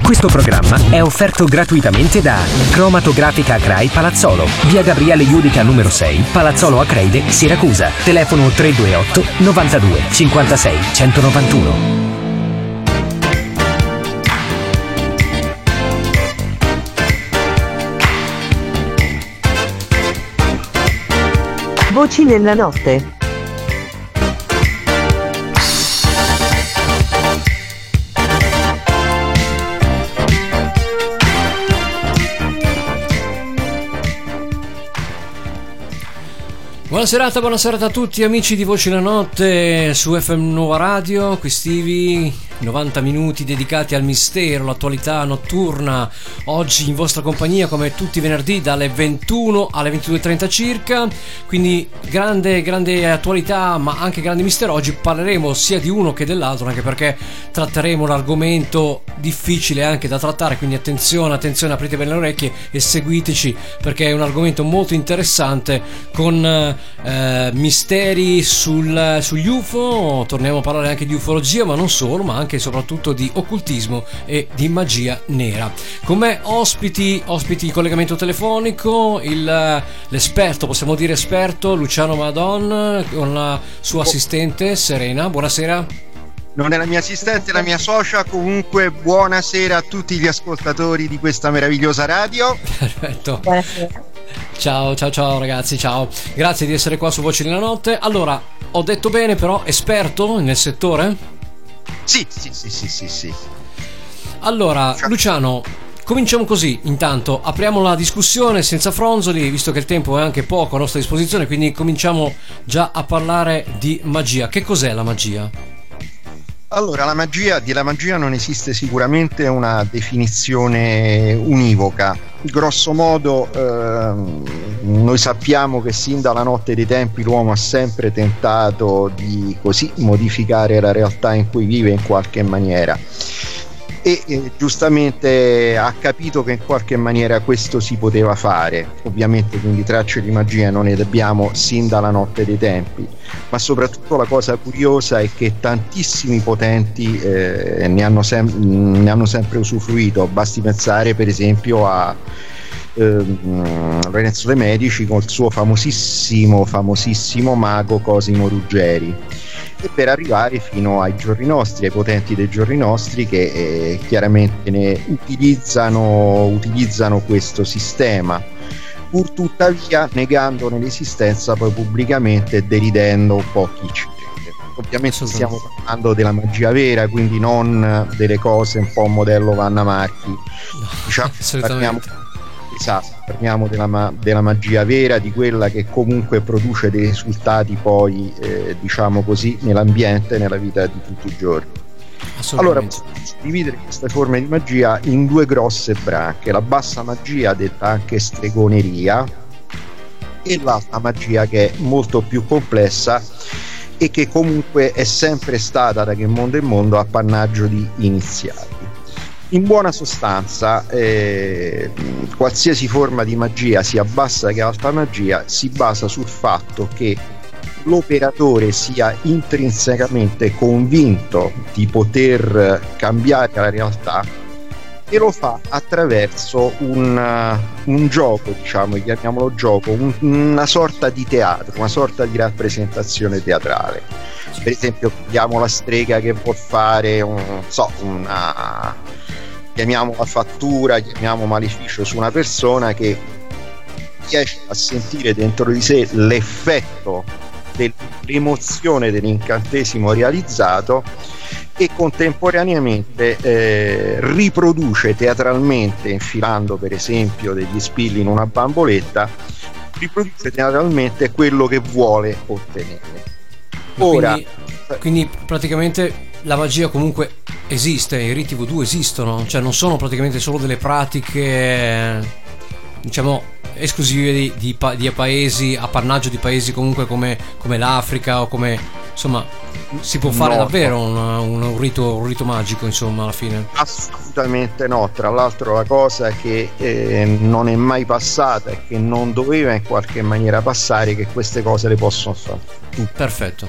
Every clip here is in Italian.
Questo programma è offerto gratuitamente da Cromatografica Acrai Palazzolo, via Gabriele Iudica numero 6, Palazzolo Acreide, Siracusa. Telefono 328 92 56 191. Voci nella notte. Buona serata a tutti amici di Voci la Notte su FM Nuova Radio, qui Stevie, 90 minuti dedicati al mistero, l'attualità notturna, oggi in vostra compagnia come tutti i venerdì dalle 21 alle 22.30 circa, quindi grande attualità ma anche grande mistero. Oggi parleremo sia di uno che dell'altro, anche perché tratteremo un argomento difficile anche da trattare, quindi attenzione, aprite bene le orecchie e seguiteci, perché è un argomento molto interessante con misteri sugli UFO. Torniamo a parlare anche di ufologia, ma non solo, ma anche e soprattutto di occultismo e di magia nera. Con me ospiti in collegamento telefonico l'esperto, possiamo dire esperto, Luciano Madon, con la sua assistente Serena. Buonasera. Non è la mia assistente, è la mia socia. Comunque buonasera a tutti gli ascoltatori di questa meravigliosa radio. Perfetto. Buonasera. Ciao ragazzi, ciao. Grazie di essere qua su Voci della Notte. Allora, ho detto bene però, esperto nel settore? Sì. Allora, Luciano, cominciamo così. Intanto apriamo la discussione senza fronzoli, visto che il tempo è anche poco a nostra disposizione, quindi cominciamo già a parlare di magia. Che cos'è la magia? Allora, di la magia non esiste sicuramente una definizione univoca. Grosso modo, noi sappiamo che sin dalla notte dei tempi l'uomo ha sempre tentato di così modificare la realtà in cui vive in qualche maniera. E giustamente ha capito che in qualche maniera questo si poteva fare. Ovviamente quindi tracce di magia non ne abbiamo sin dalla notte dei tempi, ma soprattutto la cosa curiosa è che tantissimi potenti ne hanno sempre usufruito. Basti pensare per esempio a Lorenzo de' Medici con il suo famosissimo mago Cosimo Ruggeri, e per arrivare fino ai giorni nostri, ai potenti dei giorni nostri, che chiaramente ne utilizzano questo sistema, pur tuttavia negandone l'esistenza poi pubblicamente e deridendo un po' chi ci crede. Ovviamente stiamo parlando della magia vera, quindi non delle cose un po' modello Vanna Marchi. Parliamo della magia vera, di quella che comunque produce dei risultati poi diciamo così nell'ambiente, nella vita di tutti i giorni. Allora possiamo dividere queste forme di magia in due grosse branche: la bassa magia, detta anche stregoneria, e l'alta magia, che è molto più complessa e che comunque è sempre stata, da che mondo è mondo, appannaggio di iniziati. In buona sostanza, qualsiasi forma di magia, sia bassa che alta magia, si basa sul fatto che l'operatore sia intrinsecamente convinto di poter cambiare la realtà, e lo fa attraverso un gioco, diciamo, chiamiamolo gioco, una sorta di teatro, una sorta di rappresentazione teatrale. Per esempio, vediamo la strega che può fare chiamiamo la fattura, chiamiamo maleficio su una persona, che riesce a sentire dentro di sé l'effetto dell'emozione dell'incantesimo realizzato, e contemporaneamente riproduce teatralmente, infilando per esempio degli spilli in una bamboletta, riproduce teatralmente quello che vuole ottenere. Ora, quindi praticamente la magia comunque esiste, i riti voodoo esistono, cioè non sono praticamente solo delle pratiche, diciamo, esclusive di paesi, appannaggio di paesi comunque come l'Africa, o come, insomma, si può fare davvero un rito magico, insomma, alla fine? Assolutamente no. Tra l'altro la cosa che non è mai passata e che non doveva in qualche maniera passare, che queste cose le possono fare. Perfetto.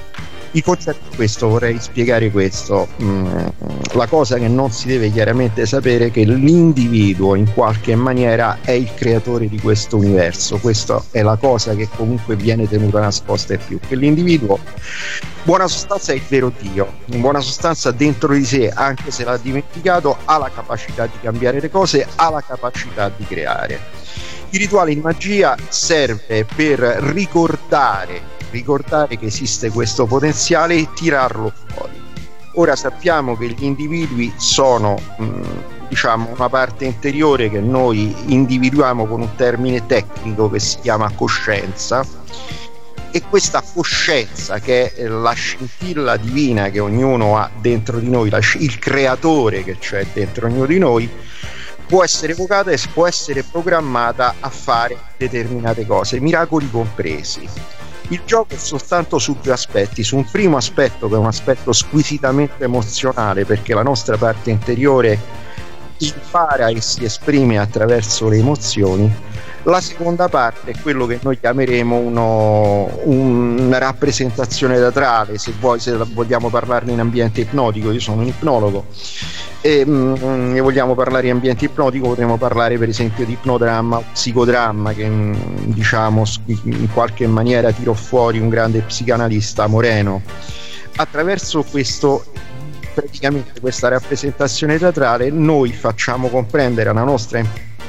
Il concetto è questo, vorrei spiegare questo. La cosa che non si deve chiaramente sapere è che l'individuo in qualche maniera è il creatore di questo universo. Questa è la cosa che comunque viene tenuta nascosta e più. Che l'individuo, buona sostanza, è il vero Dio. In buona sostanza, dentro di sé, anche se l'ha dimenticato, ha la capacità di cambiare le cose, ha la capacità di creare. Il rituale di magia serve per ricordare che esiste questo potenziale e tirarlo fuori. Ora sappiamo che gli individui sono diciamo una parte interiore che noi individuiamo con un termine tecnico che si chiama coscienza, e questa coscienza, che è la scintilla divina che ognuno ha dentro di noi, il creatore che c'è dentro ognuno di noi, può essere evocata e può essere programmata a fare determinate cose, miracoli compresi. Il gioco è soltanto su due aspetti: su un primo aspetto, che è un aspetto squisitamente emozionale, perché la nostra parte interiore impara e si esprime attraverso le emozioni. La seconda parte è quello che noi chiameremo una rappresentazione teatrale, se vogliamo parlarne in ambiente ipnotico. Io sono un ipnologo e ne vogliamo parlare in ambiente ipnotico, potremmo parlare per esempio di ipnodramma, psicodramma, che diciamo in qualche maniera tirò fuori un grande psicanalista, Moreno. Attraverso praticamente questa rappresentazione teatrale noi facciamo comprendere alla nostra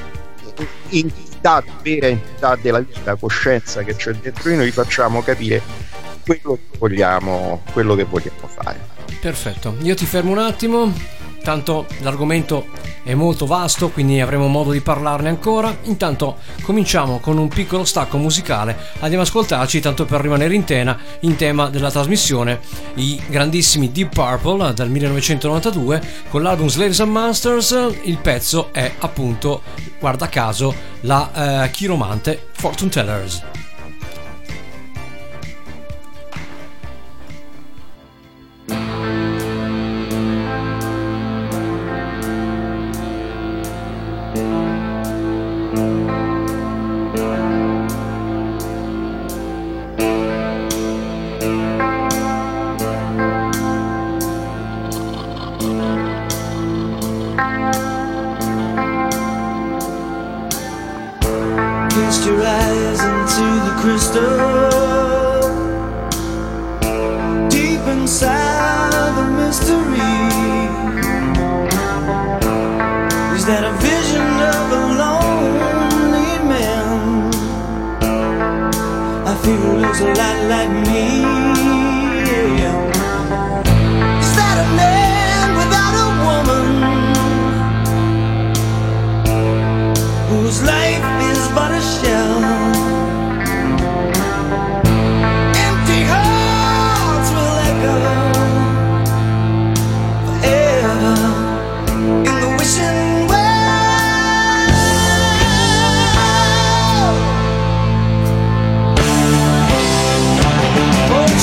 vera entità della vita, coscienza che c'è dentro di noi, facciamo capire quello che vogliamo fare. Perfetto, io ti fermo un attimo, tanto l'argomento è molto vasto, quindi avremo modo di parlarne ancora. Intanto cominciamo con un piccolo stacco musicale, andiamo ad ascoltarci, tanto per rimanere in tema della trasmissione, i grandissimi Deep Purple dal 1992 con l'album Slaves and Masters. Il pezzo è appunto, guarda caso, la Chiromante Fortune Tellers. Oh,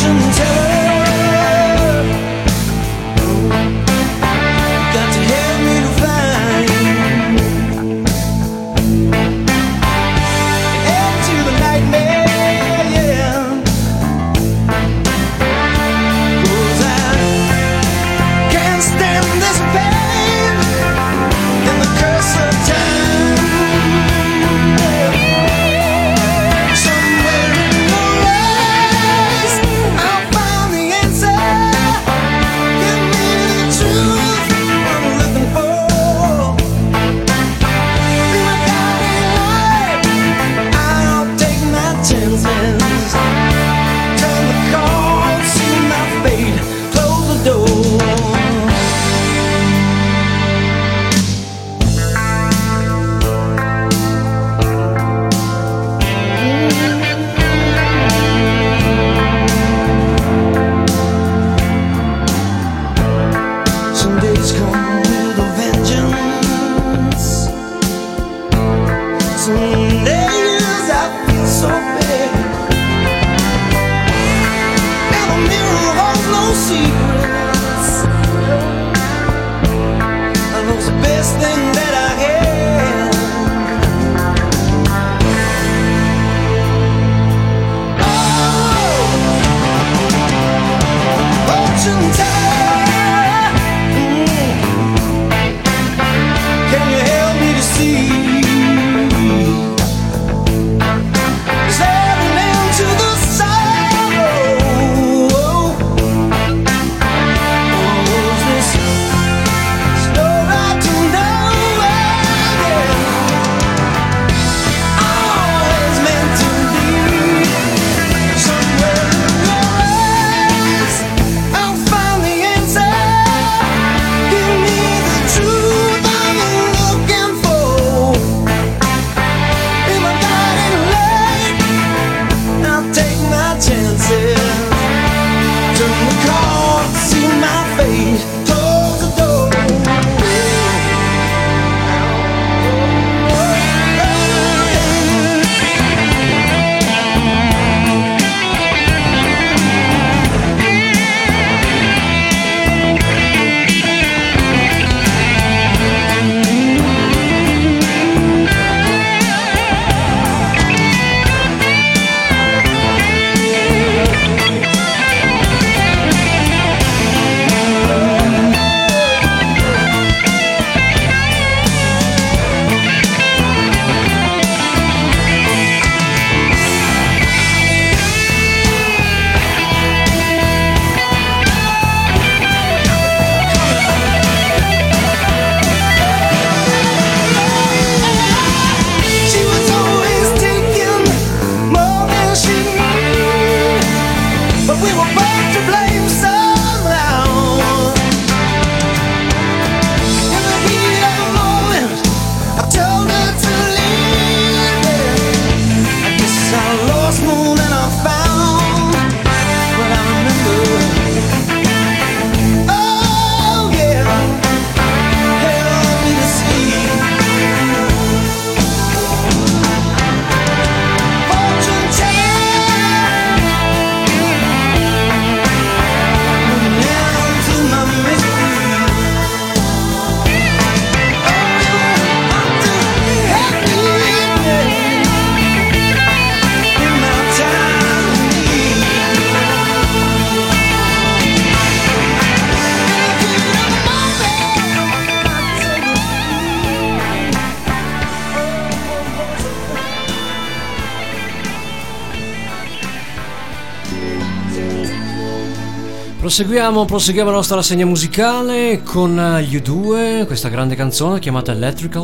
Proseguiamo la nostra rassegna musicale con gli U2, questa grande canzone chiamata Electrical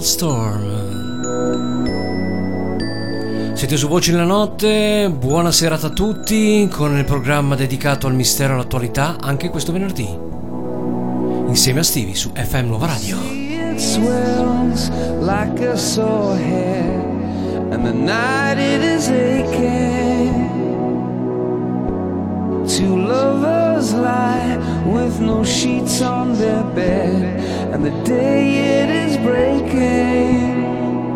Storm. Siete su Voci nella Notte, buona serata a tutti con il programma dedicato al mistero e all'attualità anche questo venerdì. Insieme a Stevie su FM Nuova Radio. It swells like a sore head, and the night it is aching. Two lovers lie with no sheets on their bed, and the day it is breaking.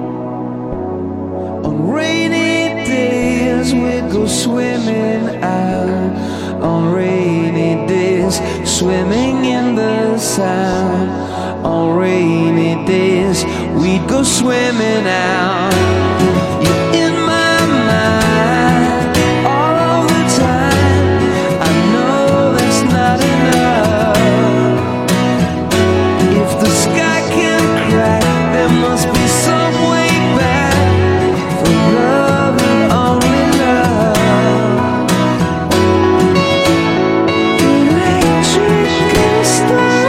On rainy days we go swimming out, on rainy days swimming in the Sound. On rainy days we'd go swimming out. You're in my mind all the time. I know that's not enough. If the sky can crack, there must be some way back for love and only love. Electrical storm.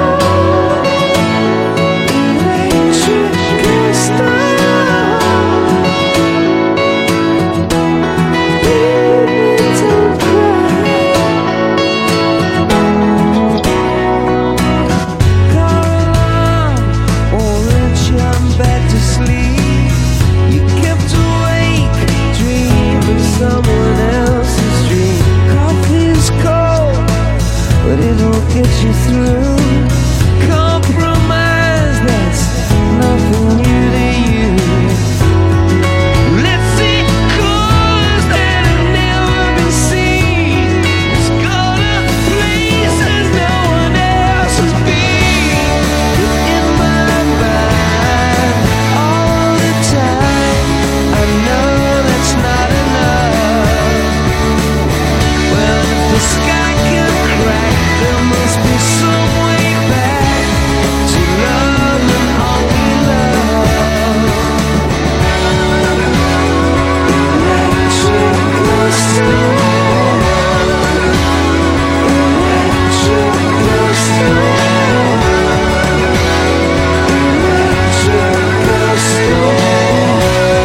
Someone else's dream. Coffee is cold, but it'll get you through. Compromise, that's nothing new to you. Let's see colors that have never been seen. Let's go to places no one else has been. You're in my mind all the time. I know that's not enough. The sky can crack, there must be some way back to love and only love. Electrical storm. Electrical storm. Electrical storm.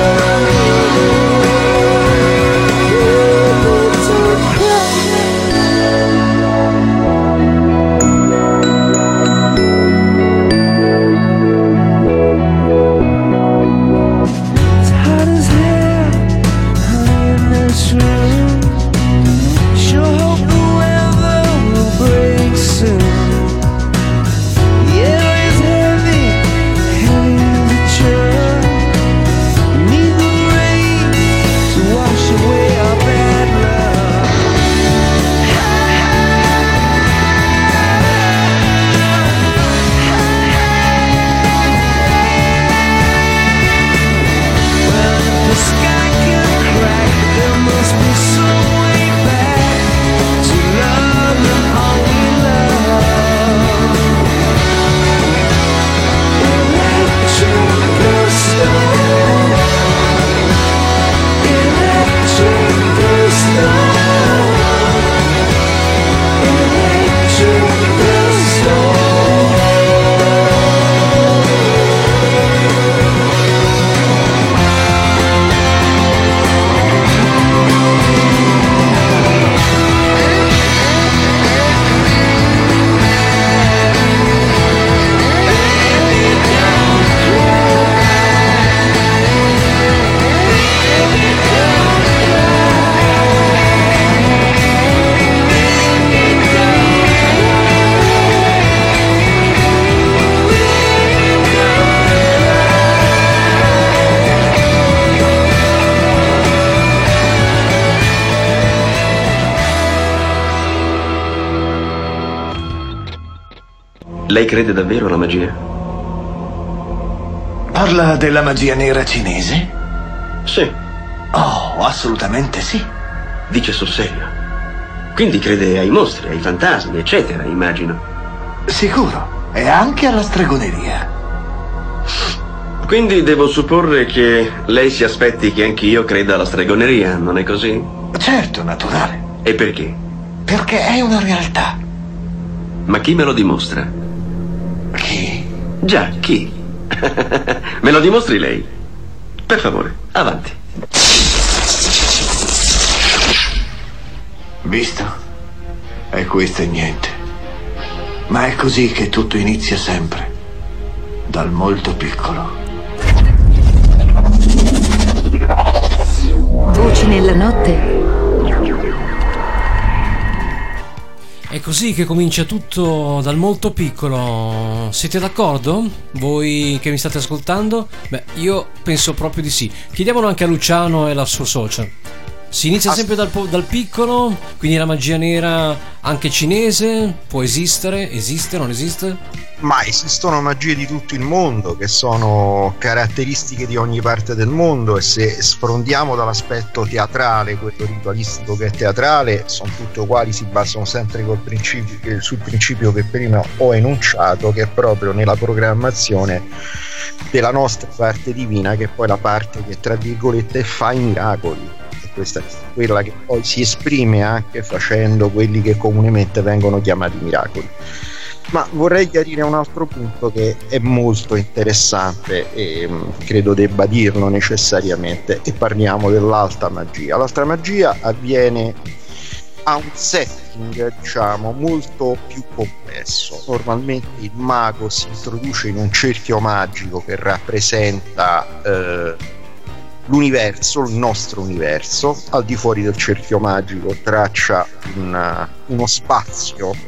Lei crede davvero alla magia? Parla della magia nera cinese? Sì. Oh, assolutamente sì. Dice sul serio. Quindi crede ai mostri, ai fantasmi, eccetera, immagino. Sicuro. E anche alla stregoneria. Quindi devo supporre che lei si aspetti che anch'io creda alla stregoneria, non è così? Certo, naturale. E perché? Perché è una realtà. Ma chi me lo dimostra? Chi? Già, chi? Me lo dimostri lei? Per favore, avanti. Visto? E questo è niente. Ma è così che tutto inizia sempre. Dal molto piccolo. Voci nella notte. È così che comincia tutto dal molto piccolo. Siete d'accordo? Voi che mi state ascoltando? Beh, io penso proprio di sì. Chiediamolo anche a Luciano e alla sua socia. Si inizia sempre dal piccolo, quindi la magia nera anche cinese può esistere? Esiste? Non esiste? Ma esistono magie di tutto il mondo che sono caratteristiche di ogni parte del mondo, e se sfrondiamo dall'aspetto teatrale, quello ritualistico che è teatrale, sono tutte uguali, si basano sempre sul principio che prima ho enunciato, che è proprio nella programmazione della nostra parte divina, che è poi la parte che tra virgolette fa i miracoli. E questa è quella che poi si esprime anche facendo quelli che comunemente vengono chiamati miracoli. Ma vorrei chiarire un altro punto che è molto interessante e credo debba dirlo necessariamente, e parliamo dell'alta magia. L'alta magia ha un setting, diciamo, molto più complesso. Normalmente il mago si introduce in un cerchio magico che rappresenta l'universo, il nostro universo. Al di fuori del cerchio magico traccia uno spazio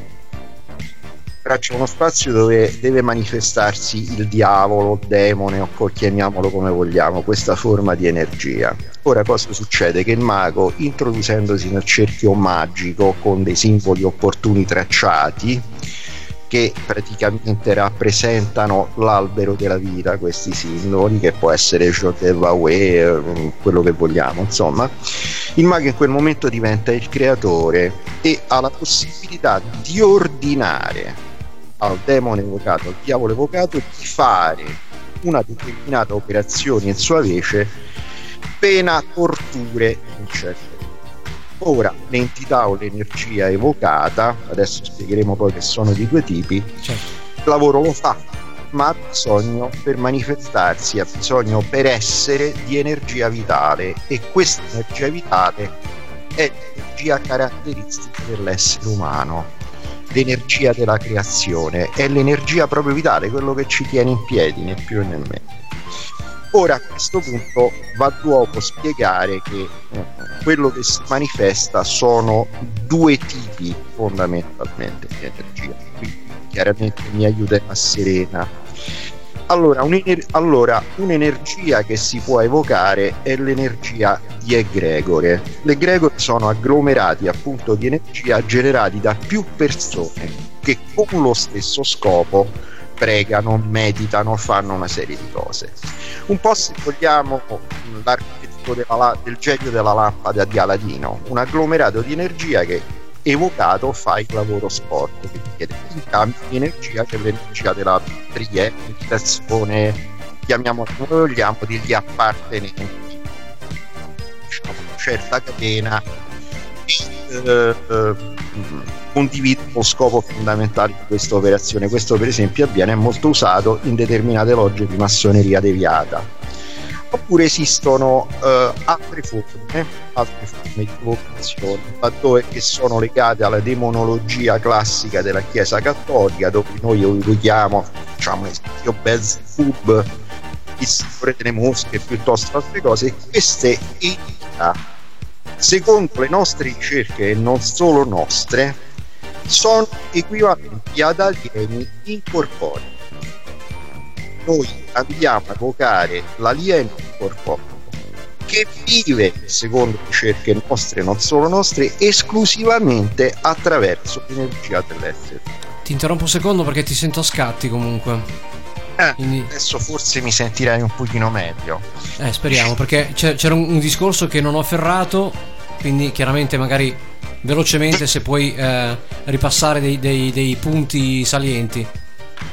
dove deve manifestarsi il diavolo, il demone, o chiamiamolo come vogliamo, questa forma di energia. Ora, cosa succede? Che il mago, introducendosi nel cerchio magico con dei simboli opportuni tracciati, che praticamente rappresentano l'albero della vita, questi simboli, che può essere Jodhevaway, quello che vogliamo, insomma, il mago in quel momento diventa il creatore e ha la possibilità di ordinare al demone evocato, al diavolo evocato, di fare una determinata operazione in sua vece, pena torture incerte. Ora, l'entità o l'energia evocata, adesso spiegheremo poi che sono di due tipi, certo, il lavoro lo fa, ma ha bisogno, per manifestarsi, ha bisogno per essere di energia vitale, e questa energia vitale è l'energia caratteristica dell'essere umano, l'energia della creazione, è l'energia proprio vitale, quello che ci tiene in piedi, né più né meno. Ora, a questo punto va d'uopo spiegare che quello che si manifesta sono due tipi fondamentalmente di energia. Quindi chiaramente mi aiuterà Serena. Allora, un'energia che si può evocare è l'energia di egregore. Le egregore sono agglomerati appunto di energia generati da più persone che con lo stesso scopo pregano, meditano, fanno una serie di cose. Un po', se vogliamo, l'archetipo del genio della lampada di Aladino, un agglomerato di energia che evocato fa il lavoro sporco, che chiede in cambio di energia, che è l'energia della preghiera, meditazione, chiamiamola come vogliamo, degli appartenenti, diciamo, una certa catena condividono lo scopo fondamentale di questa operazione. Questo per esempio avviene, è molto usato in determinate logge di massoneria deviata. Oppure esistono altre forme di evocazione, laddove che sono legate alla demonologia classica della Chiesa Cattolica, dove noi evochiamo, facciamo esempio, Belzebub, il signore delle mosche, piuttosto altre cose. E queste entità, secondo le nostre ricerche e non solo nostre, sono equivalenti ad alieni incorporei. Noi andiamo a evocare l'alieno incorporeo che vive, secondo ricerche nostre e non solo nostre, esclusivamente attraverso l'energia dell'essere. Ti interrompo un secondo perché ti sento a scatti comunque. Quindi... adesso forse mi sentirai un pochino meglio. Speriamo, perché c'era un discorso che non ho afferrato, quindi chiaramente magari velocemente se puoi ripassare dei punti salienti.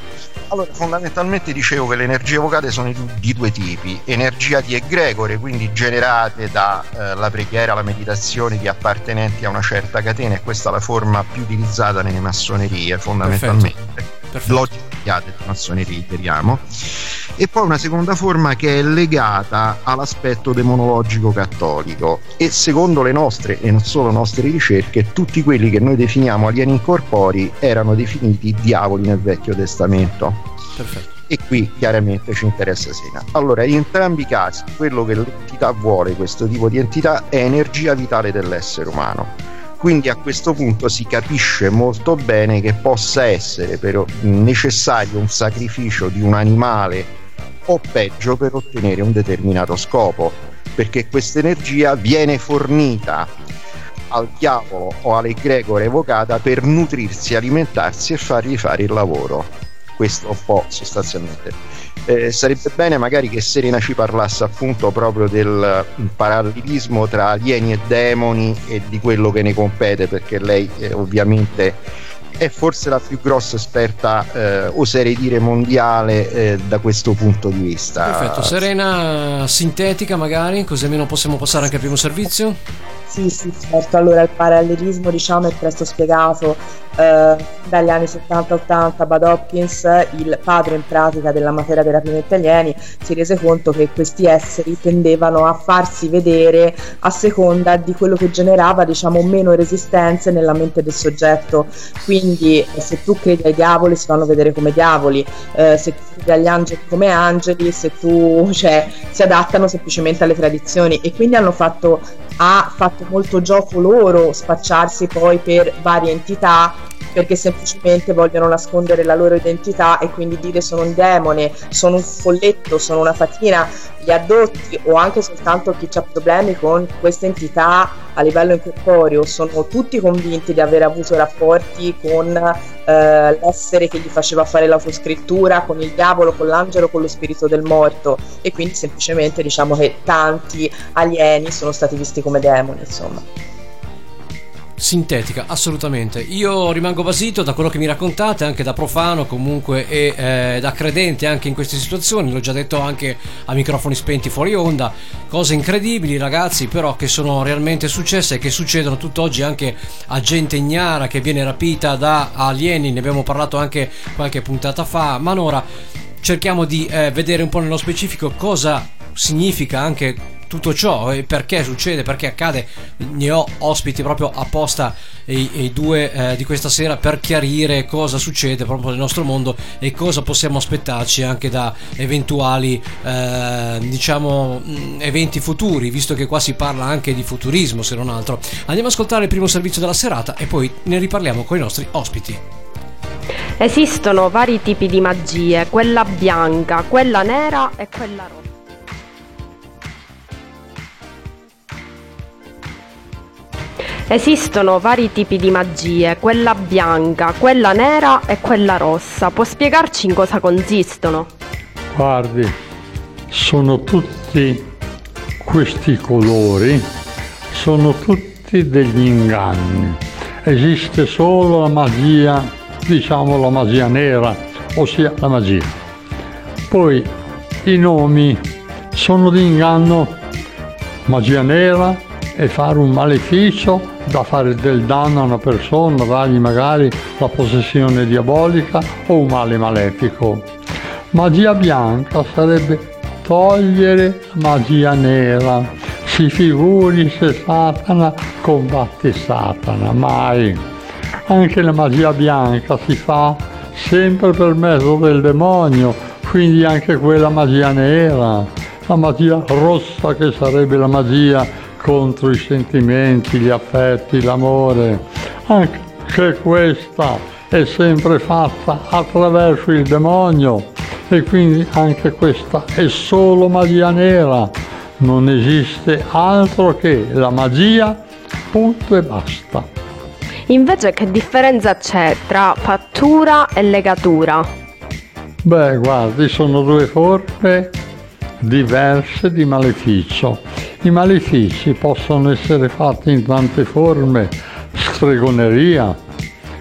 Allora, fondamentalmente dicevo che le energie evocate sono di due tipi: energia di egregore, quindi generate dalla preghiera, la meditazione di appartenenti a una certa catena, e questa è la forma più utilizzata nelle massonerie, fondamentalmente. Perfetto. Logiche di massonerie, interiamo. E poi una seconda forma che è legata all'aspetto demonologico cattolico, e secondo le nostre, e non solo nostre ricerche, tutti quelli che noi definiamo alieni incorpori erano definiti diavoli nel Vecchio Testamento. Perfetto. E qui chiaramente ci interessa Sena. Allora, in entrambi i casi quello che l'entità vuole, questo tipo di entità, è energia vitale dell'essere umano. Quindi a questo punto si capisce molto bene che possa essere però necessario un sacrificio di un animale, o peggio, per ottenere un determinato scopo, perché questa energia viene fornita al diavolo o all'egregore evocata per nutrirsi, alimentarsi e fargli fare il lavoro. Questo un po' sostanzialmente. Sarebbe bene magari che Serena ci parlasse appunto proprio del parallelismo tra alieni e demoni e di quello che ne compete, perché lei ovviamente è forse la più grossa esperta, oserei dire mondiale, da questo punto di vista. Perfetto. Serena, sintetica magari, così almeno possiamo passare anche al primo servizio. Sì, certo. Allora, il parallelismo, diciamo, è presto spiegato. Dagli anni 70-80 Bud Hopkins, il padre in pratica della materia-terapia negli alieni, si rese conto che questi esseri tendevano a farsi vedere a seconda di quello che generava, diciamo, meno resistenze nella mente del soggetto. Quindi se tu credi ai diavoli si fanno vedere come diavoli, se tu credi agli angeli come angeli, se tu, si adattano semplicemente alle tradizioni, e quindi ha fatto molto gioco loro spacciarsi poi per varie entità, perché semplicemente vogliono nascondere la loro identità e quindi dire sono un demone, sono un folletto, sono una fatina. Gli addotti o anche soltanto chi ha problemi con queste entità a livello incorporeo sono tutti convinti di aver avuto rapporti con l'essere che gli faceva fare l'autoscrittura, con il diavolo, con l'angelo, con lo spirito del morto, e quindi semplicemente diciamo che tanti alieni sono stati visti come demoni, insomma. Sintetica, assolutamente. Io rimango basito da quello che mi raccontate, anche da profano comunque, e da credente anche in queste situazioni. L'ho già detto anche a microfoni spenti fuori onda. Cose incredibili, ragazzi, però che sono realmente successe e che succedono tutt'oggi anche a gente ignara che viene rapita da alieni. Ne abbiamo parlato anche qualche puntata fa, ma ora cerchiamo di vedere un po' nello specifico cosa significa anche tutto ciò e perché succede, perché accade. Ne ho ospiti proprio apposta i due di questa sera per chiarire cosa succede proprio nel nostro mondo e cosa possiamo aspettarci anche da eventuali eventi futuri, visto che qua si parla anche di futurismo, se non altro. Andiamo ad ascoltare il primo servizio della serata e poi ne riparliamo con i nostri ospiti. Esistono vari tipi di magie, quella bianca, quella nera e quella rossa. Esistono vari tipi di magie, quella bianca, quella nera e quella rossa. Può spiegarci in cosa consistono? Guardi, sono tutti questi colori, sono tutti degli inganni. Esiste solo la magia, diciamo la magia nera, ossia la magia. Poi i nomi sono di inganno. Magia nera è fare un maleficio, da fare del danno a una persona, dargli magari la possessione diabolica o un male malefico. Magia bianca sarebbe togliere magia nera. Si figuri se Satana combatte Satana, mai. Anche la magia bianca si fa sempre per mezzo del demonio, quindi anche quella magia nera. La magia rossa, che sarebbe la magia contro i sentimenti, gli affetti, l'amore, anche questa è sempre fatta attraverso il demonio, e quindi anche questa è solo magia nera. Non esiste altro che la magia, punto e basta. Invece che differenza c'è tra fattura e legatura? Beh, guardi, sono due forme diverse di maleficio. I malefici possono essere fatti in tante forme: stregoneria,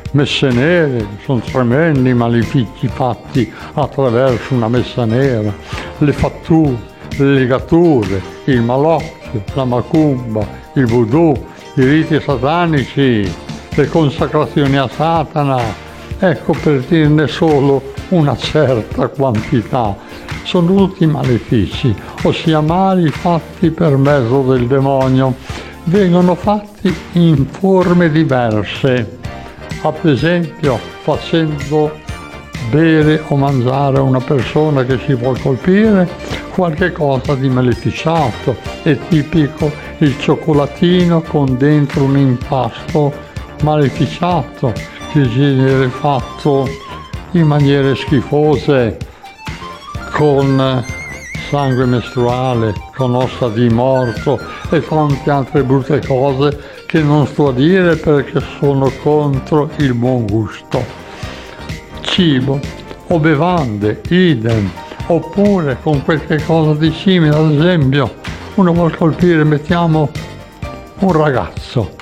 messe nere, sono tremendi malefici fatti attraverso una messa nera, le fatture, le legature, il malocchio, la macumba, il voodoo, i riti satanici, le consacrazioni a Satana, ecco per dirne solo una certa quantità. Sono tutti malefici, ossia mali fatti per mezzo del demonio. Vengono fatti in forme diverse, ad esempio facendo bere o mangiare a una persona che si vuol colpire qualche cosa di maleficiato. È tipico il cioccolatino con dentro un impasto maleficiato che viene fatto in maniere schifose, con sangue mestruale, con ossa di morto e tante altre brutte cose che non sto a dire perché sono contro il buon gusto. Cibo o bevande, idem, oppure con qualche cosa di simile, ad esempio uno vuol colpire, mettiamo un ragazzo,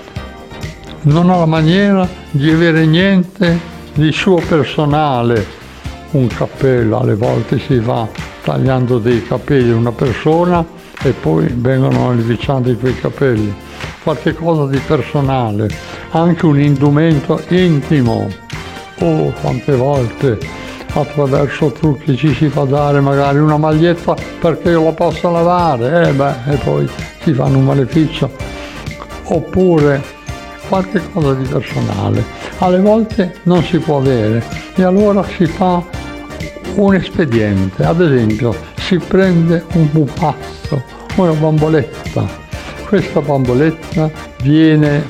non ha la maniera di avere niente di suo personale, un cappello, alle volte si va tagliando dei capelli a una persona e poi vengono alleviciando quei capelli, qualche cosa di personale, anche un indumento intimo. Oh, quante volte attraverso trucchi ci si fa dare magari una maglietta perché io la possa lavare, e poi si fanno un maleficio, oppure qualche cosa di personale. Alle volte non si può avere e allora si fa un espediente, ad esempio si prende un pupazzo, una bamboletta, questa bamboletta viene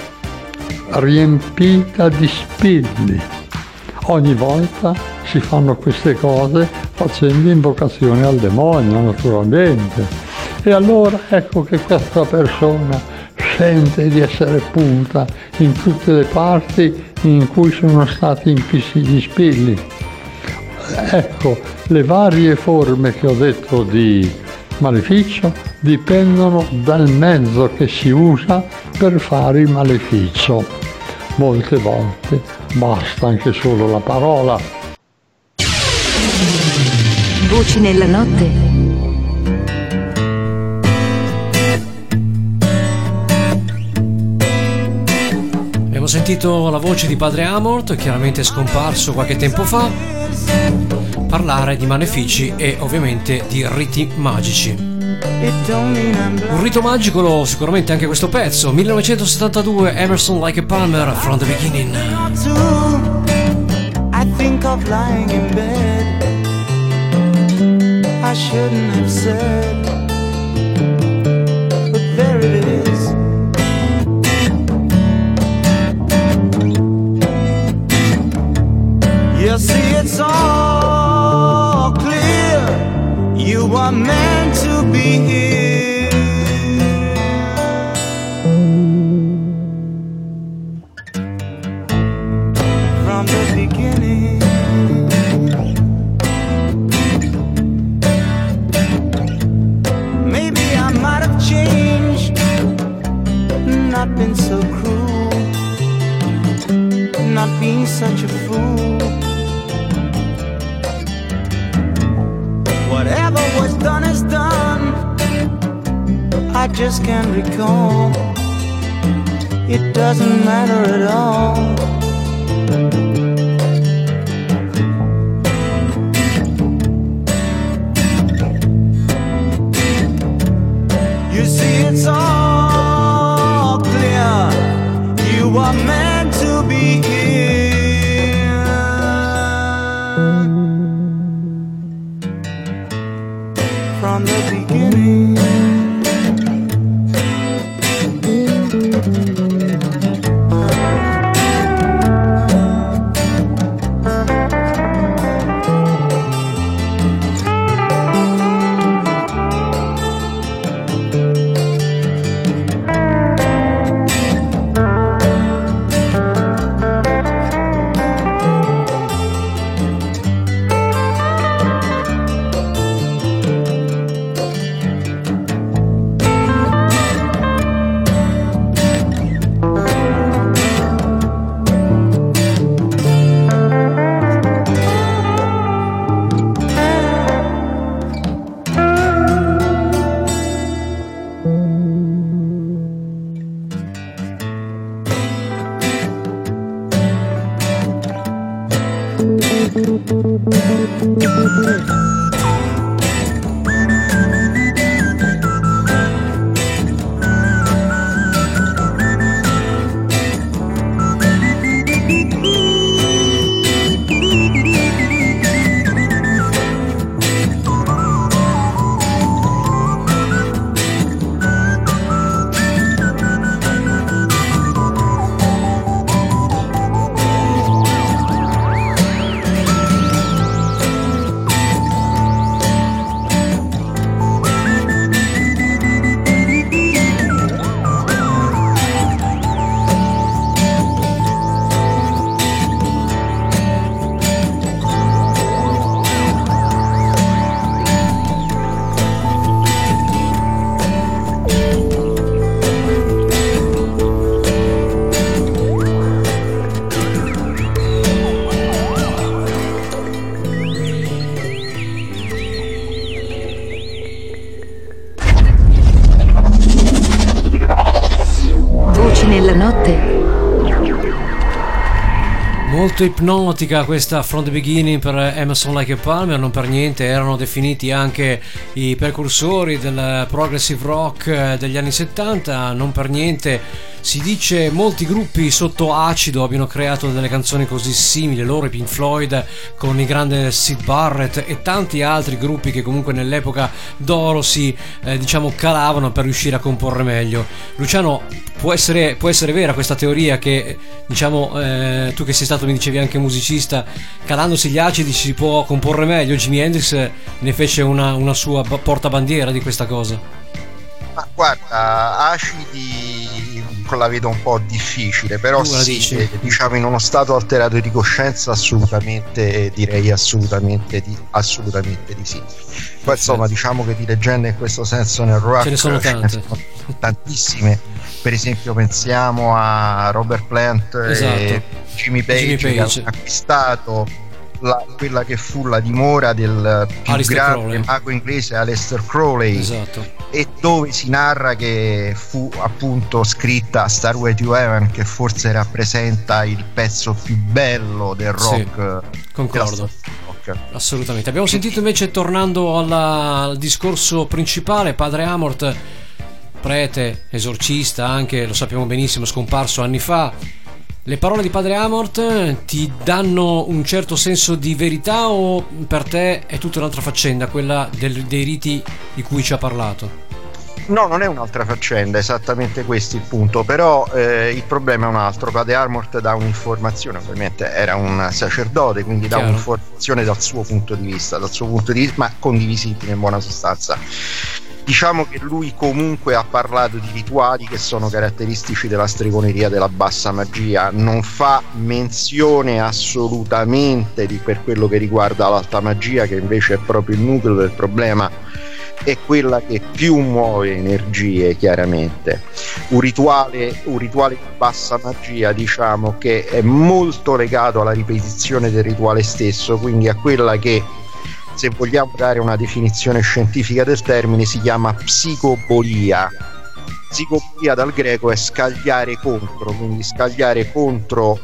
riempita di spilli. Ogni volta si fanno queste cose facendo invocazione al demonio, naturalmente. E allora ecco che questa persona sente di essere punta in tutte le parti in cui sono stati infissi gli spilli. Ecco, le varie forme che ho detto di maleficio dipendono dal mezzo che si usa per fare il maleficio. Molte volte basta anche solo la parola. Voci nella notte. Abbiamo sentito la voce di Padre Amorth, chiaramente scomparso qualche tempo fa, parlare di malefici e ovviamente di riti magici. Un rito magico sicuramente anche questo pezzo, 1972, Emerson Lake and Palmer, From the Beginning. I think of lying in bed. I shouldn't have said, but there it is. You see, it's all clear. You are meant to be here. From the beginning. Maybe I might have changed, not been so cruel, not being such a fool. Whatever was done is done. I just can't recall. It doesn't matter at all. You see, it's all clear. You are meant to be here. From the beginning. notte. Molto ipnotica questa From the Beginning per Emerson Lake e Palmer, non per niente erano definiti anche i precursori del progressive rock degli anni 70, non per niente si dice molti gruppi sotto acido abbiano creato delle canzoni così simili, loro i Pink Floyd con il grande Syd Barrett e tanti altri gruppi che comunque nell'epoca d'oro si calavano per riuscire a comporre meglio. Luciano, può essere vera questa teoria che tu che sei stato, mi dicevi, anche musicista, calandosi gli acidi si può comporre meglio? Jimi Hendrix ne fece una sua portabandiera di questa cosa. Ma guarda, acidi la vedo un po' difficile, però sì, in uno stato alterato di coscienza assolutamente, direi assolutamente di sì. Poi insomma, diciamo che di leggende in questo senso nel rock ce ne sono tante, tantissime. Per esempio pensiamo a Robert Plant, esatto, e Jimmy Page. Che hanno acquistato quella che fu la dimora del più Aleister grande Crowley, mago inglese Aleister Crowley, esatto, e dove si narra che fu appunto scritta Starway to Heaven, che forse rappresenta il pezzo più bello del rock. Sì, concordo, assolutamente. Abbiamo sentito invece, tornando al discorso principale, Padre Amorth, prete, esorcista anche, lo sappiamo benissimo, scomparso anni fa. Le parole di Padre Amorth ti danno un certo senso di verità o per te è tutta un'altra faccenda, quella dei riti di cui ci ha parlato? No, non è un'altra faccenda, è esattamente questo il punto, però il problema è un altro. Padre Amorth dà un'informazione, ovviamente era un sacerdote, quindi dà un'informazione dal suo punto di vista, ma condivisibile in buona sostanza. Diciamo che lui comunque ha parlato di rituali che sono caratteristici della stregoneria, della bassa magia, non fa menzione assolutamente per quello che riguarda l'alta magia, che invece è proprio il nucleo del problema, è quella che più muove energie, chiaramente. Un rituale di bassa magia, diciamo che è molto legato alla ripetizione del rituale stesso, quindi a quella che, se vogliamo dare una definizione scientifica del termine, si chiama psicobolia. Psicobolia dal greco è scagliare contro, quindi scagliare contro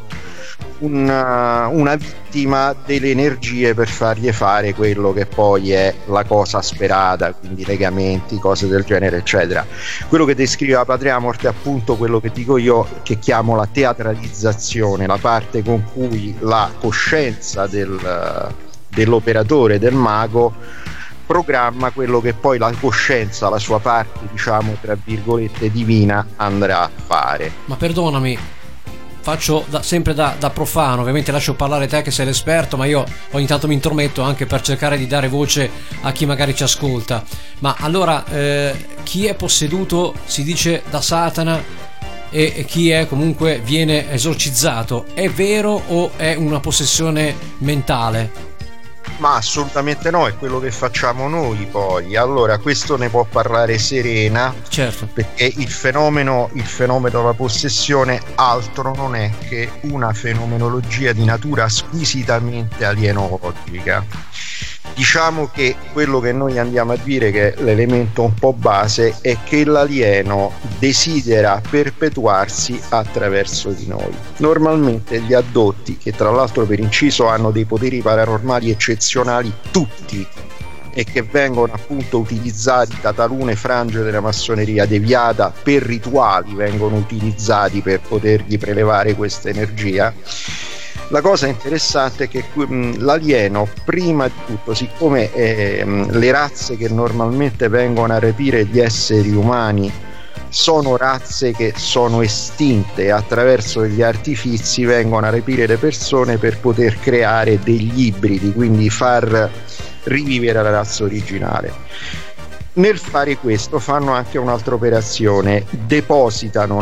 una vittima delle energie per fargli fare quello che poi è la cosa sperata, quindi legamenti, cose del genere, eccetera. Quello che descriveva Padre Amorth è appunto quello che dico io, che chiamo la teatralizzazione, la parte con cui la coscienza dell'operatore, del mago, programma quello che poi la coscienza, la sua parte, diciamo tra virgolette divina, andrà a fare. Ma perdonami, faccio sempre da profano, ovviamente lascio parlare te che sei l'esperto, ma io ogni tanto mi intrometto anche per cercare di dare voce a chi magari ci ascolta. Ma allora chi è posseduto, si dice, da Satana, e chi è comunque viene esorcizzato, è vero o è una possessione mentale? Ma assolutamente no, è quello che facciamo noi poi. Allora, questo ne può parlare Serena, certo, perché il fenomeno della possessione altro non è che una fenomenologia di natura squisitamente alienologica. Diciamo che quello che noi andiamo a dire, che è l'elemento un po' base, è che l'alieno desidera perpetuarsi attraverso di noi. Normalmente gli addotti, che tra l'altro per inciso hanno dei poteri paranormali eccezionali tutti, e che vengono appunto utilizzati da talune frange della massoneria deviata per rituali, vengono utilizzati per potergli prelevare questa energia. La cosa interessante è che l'alieno, prima di tutto, siccome le razze che normalmente vengono a rapire gli esseri umani sono razze che sono estinte, e attraverso gli artifizi vengono a rapire le persone per poter creare degli ibridi, quindi far rivivere la razza originale. Nel fare questo fanno anche un'altra operazione: depositano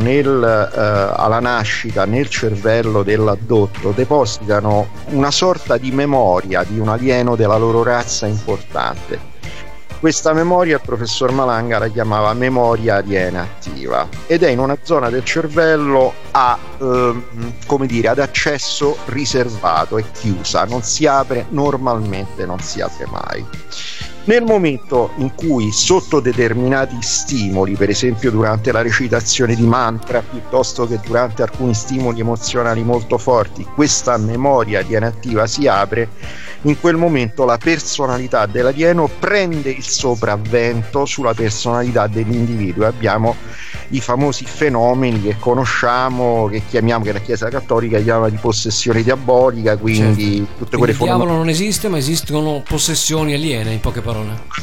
alla nascita nel cervello dell'addotto, depositano una sorta di memoria di un alieno della loro razza importante. Questa memoria il professor Malanga la chiamava memoria aliena attiva, ed è in una zona del cervello ad accesso riservato, è chiusa, non si apre, normalmente non si apre mai. Nel momento in cui sotto determinati stimoli, per esempio durante la recitazione di mantra piuttosto che durante alcuni stimoli emozionali molto forti, questa memoria aliena attiva si apre, in quel momento la personalità dell'alieno prende il sopravvento sulla personalità dell'individuo e abbiamo i famosi fenomeni che conosciamo, che chiamiamo, che la Chiesa Cattolica chiama di possessione diabolica, quindi certo. tutte quelle forme. Il diavolo non esiste, ma esistono possessioni aliene, in poche parole.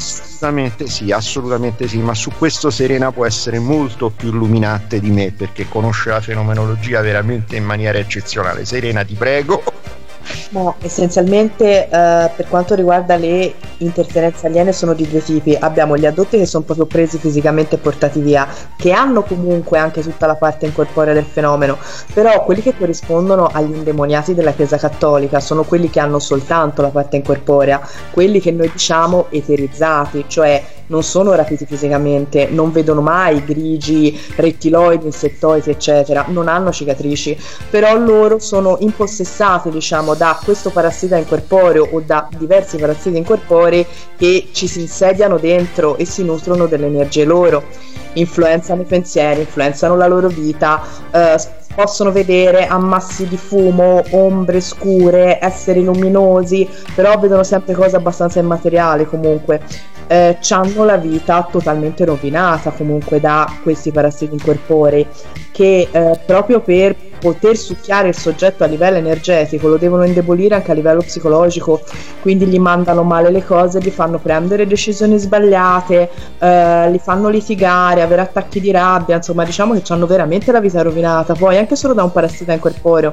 Assolutamente sì, ma su questo Serena può essere molto più illuminante di me, perché conosce la fenomenologia veramente in maniera eccezionale. Serena, ti prego. No, essenzialmente per quanto riguarda le interferenze aliene sono di due tipi. Abbiamo gli addotti che sono proprio presi fisicamente e portati via, che hanno comunque anche tutta la parte incorporea del fenomeno, però quelli che corrispondono agli indemoniati della Chiesa Cattolica sono quelli che hanno soltanto la parte incorporea, quelli che noi diciamo eterizzati, cioè non sono rapiti fisicamente, non vedono mai grigi, rettiloidi, insettoidi eccetera, non hanno cicatrici, però loro sono impossessati, diciamo, da questo parassita incorporeo o da diversi parassiti incorporei che ci si insediano dentro e si nutrono delle energie loro, influenzano i pensieri, influenzano la loro vita, possono vedere ammassi di fumo, ombre scure, esseri luminosi, però vedono sempre cose abbastanza immateriali comunque. C'hanno la vita totalmente rovinata comunque da questi parassiti incorporei che proprio per poter succhiare il soggetto a livello energetico lo devono indebolire anche a livello psicologico, quindi gli mandano male le cose, gli fanno prendere decisioni sbagliate, li fanno litigare, avere attacchi di rabbia, insomma diciamo che hanno veramente la vita rovinata, poi anche solo da un parassita incorporeo.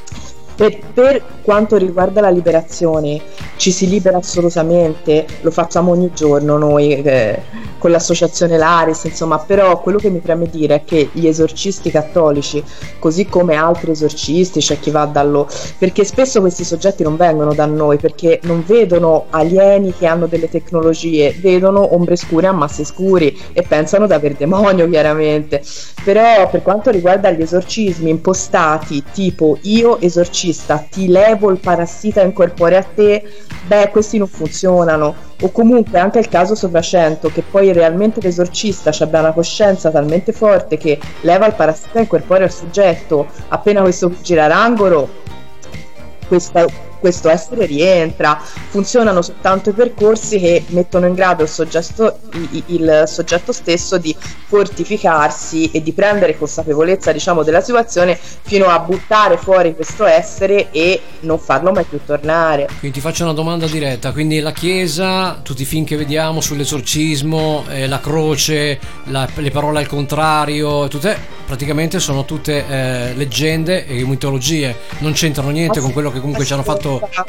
Per quanto riguarda la liberazione, ci si libera assolutamente, lo facciamo ogni giorno noi con l'associazione Laris, insomma, però quello che mi preme dire è che gli esorcisti cattolici, così come altri esorcisti, c'è chi va dallo... perché spesso questi soggetti non vengono da noi, perché non vedono alieni che hanno delle tecnologie, vedono ombre scure, ammassi scuri e pensano di aver demonio chiaramente, però per quanto riguarda gli esorcismi impostati tipo io esorcista ti levo il parassita incorporeo a te, beh questi non funzionano, o comunque anche il caso soprascento che poi realmente l'esorcista abbia una coscienza talmente forte che leva il parassita incorporeo al soggetto, appena questo gira l'angolo questo essere rientra. Funzionano soltanto i percorsi che mettono in grado il soggetto stesso di fortificarsi e di prendere consapevolezza, diciamo, della situazione fino a buttare fuori questo essere e non farlo mai più tornare. Quindi ti faccio una domanda diretta, quindi la Chiesa, tutti i film che vediamo sull'esorcismo, la croce, le parole al contrario, praticamente sono tutte leggende e mitologie, non c'entrano niente con quello che comunque ci hanno fatto.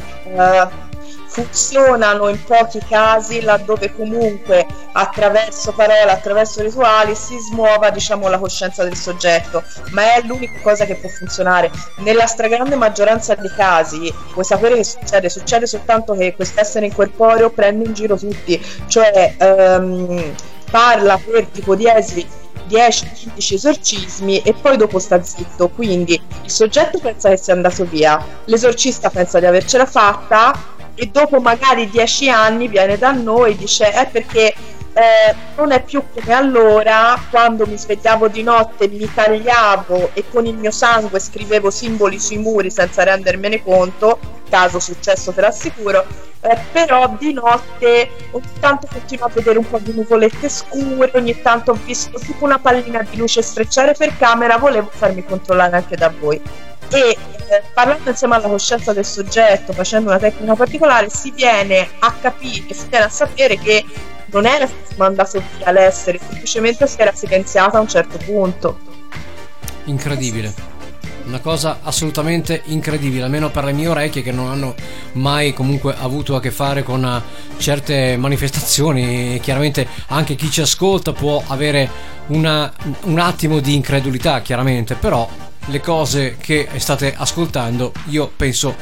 Funzionano in pochi casi laddove comunque attraverso parole, attraverso rituali si smuova, diciamo, la coscienza del soggetto, ma è l'unica cosa che può funzionare. Nella stragrande maggioranza dei casi puoi sapere che succede soltanto che quest'essere incorporeo prende in giro tutti, cioè parla per tipo 10-15 esorcismi e poi dopo sta zitto, quindi il soggetto pensa che sia andato via, l'esorcista pensa di avercela fatta e dopo magari 10 anni viene da noi e dice perché non è più come allora, quando mi svegliavo di notte, mi tagliavo e con il mio sangue scrivevo simboli sui muri senza rendermene conto, caso successo te l'assicuro, però di notte ogni tanto continuo a vedere un po' di nuvolette scure, ogni tanto ho visto tipo una pallina di luce strecciare per camera, volevo farmi controllare anche da voi. E parlando insieme alla coscienza del soggetto, facendo una tecnica particolare, si viene a capire, si viene a sapere che non era mandato via l'essere, semplicemente si era silenziata a un certo punto. Incredibile, una cosa assolutamente incredibile, almeno per le mie orecchie che non hanno mai comunque avuto a che fare con certe manifestazioni. Chiaramente anche chi ci ascolta può avere un attimo di incredulità, chiaramente, però le cose che state ascoltando io penso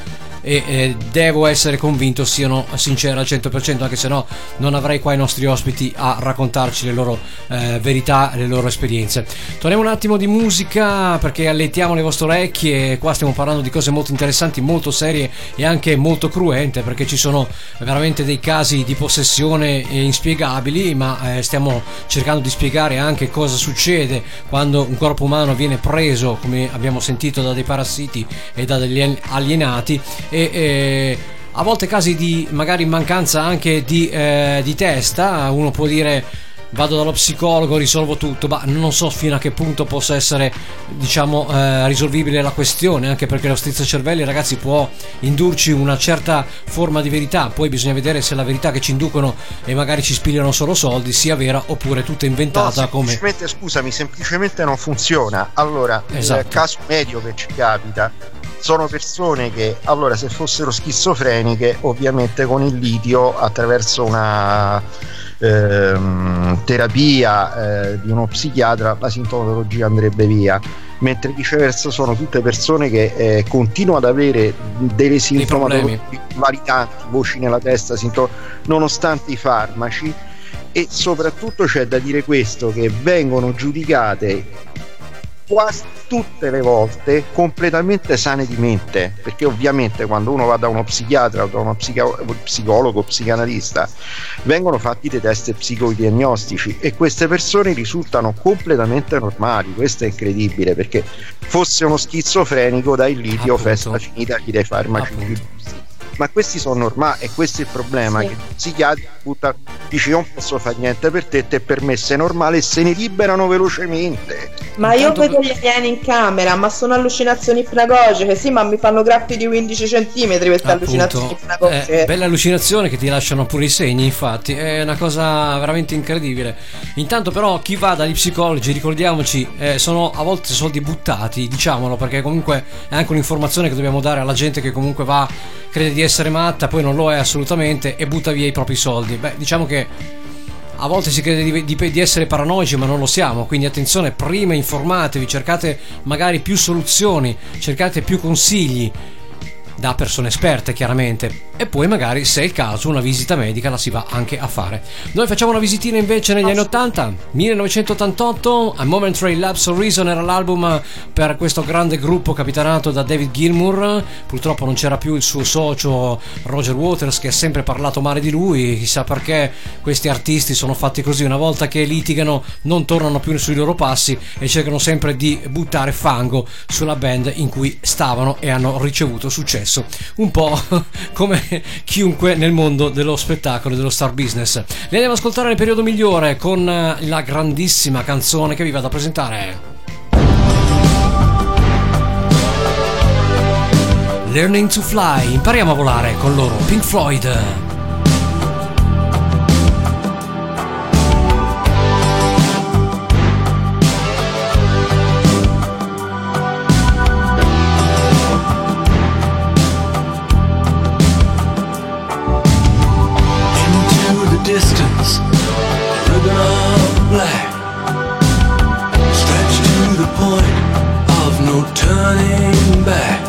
e devo essere convinto siano sincere al 100%, anche se no non avrei qua i nostri ospiti a raccontarci le loro verità, le loro esperienze. Torniamo un attimo di musica perché alletiamo le vostre orecchie. Qua stiamo parlando di cose molto interessanti, molto serie e anche molto cruente, perché ci sono veramente dei casi di possessione inspiegabili, ma stiamo cercando di spiegare anche cosa succede quando un corpo umano viene preso, come abbiamo sentito, da dei parassiti e da degli alienati, e a volte casi di magari mancanza anche di testa. Uno può dire: vado dallo psicologo, risolvo tutto, ma non so fino a che punto possa essere, diciamo, risolvibile la questione, anche perché lo strizzacervelli, ragazzi, può indurci una certa forma di verità, poi bisogna vedere se la verità che ci inducono e magari ci spigliano solo soldi sia vera oppure tutta inventata. No, semplicemente, scusami, semplicemente non funziona. Allora, esatto. Il caso medio che ci capita sono persone che, allora, se fossero schizofreniche, ovviamente con il litio, attraverso una terapia di uno psichiatra, la sintomatologia andrebbe via, mentre viceversa sono tutte persone che continuano ad avere delle sintomatologie invalidanti, voci nella testa, nonostante i farmaci. E soprattutto c'è da dire questo, che vengono giudicate quasi tutte le volte completamente sane di mente, perché ovviamente quando uno va da uno psichiatra o da uno psicologo, psicanalista, vengono fatti dei test psicodiagnostici e queste persone risultano completamente normali. Questo è incredibile, perché fosse uno schizofrenico, dai il litio, festa finita, gli dai farmaci più giusti. Ma questi sono normali, e questo è il problema, che il psichiatra dice: non posso fare niente per te, per me sei normale, e se ne liberano velocemente. Ma io vedo gli alieni in camera, ma sono allucinazioni ipnagogiche, sì, ma mi fanno grappi di 15 centimetri queste allucinazioni ipnagogiche. Bella allucinazione, che ti lasciano pure i segni, infatti, è una cosa veramente incredibile. Intanto però chi va dagli psicologi, ricordiamoci, sono a volte soldi buttati, diciamolo, perché comunque è anche un'informazione che dobbiamo dare alla gente che comunque va, crede di essere matta, poi non lo è assolutamente e butta via i propri soldi. Beh, diciamo che a volte si crede di essere paranoici, ma non lo siamo, quindi attenzione, prima informatevi, cercate magari più soluzioni, cercate più consigli da persone esperte, chiaramente, e poi magari, se è il caso, una visita medica la si va anche a fare. Noi facciamo una visitina invece negli anni 80, 1988, A Momentary Lapse of Reason era l'album per questo grande gruppo capitanato da David Gilmour. Purtroppo non c'era più il suo socio Roger Waters, che ha sempre parlato male di lui, chissà perché questi artisti sono fatti così, una volta che litigano non tornano più sui loro passi e cercano sempre di buttare fango sulla band in cui stavano e hanno ricevuto successo, un po' come chiunque nel mondo dello spettacolo e dello star business. Li andiamo ad ascoltare nel periodo migliore con la grandissima canzone che vi vado a presentare, Learning to Fly. Impariamo a volare con loro, Pink Floyd. Distance, a ribbon of black, stretched to the point of no turning back.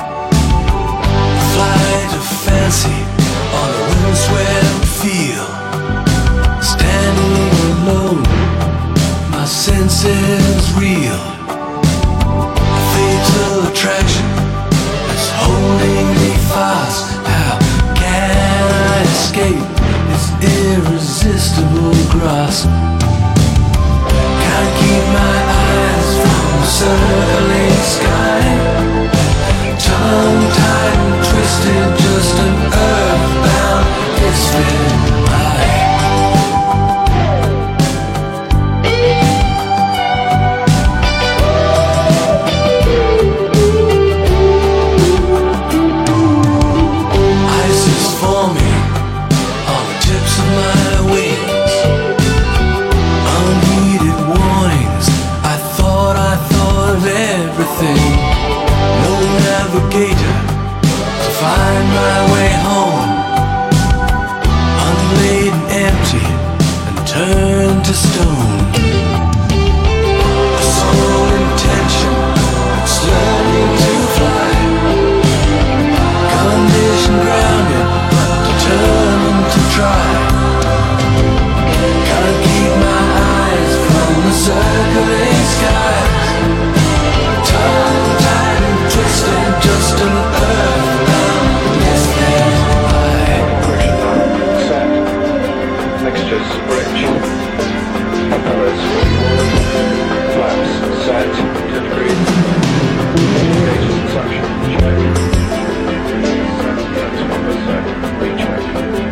A flight of fancy on a windswept field, standing alone, my senses reel. A fatal attraction is holding me fast. How can I escape irresistible grasp? Can't keep my eyes from the circling sky. Tongue-tied and twisted, just an earthbound misfit. Ice is forming on the tips of my wings. Unheeded warnings, I thought of circling skies, tongue-tied and twisted, just an earthbound destiny. High pressure set, mixtures rich, propellers flaps set, 10 degrees, gauges suction check, 7 recheck.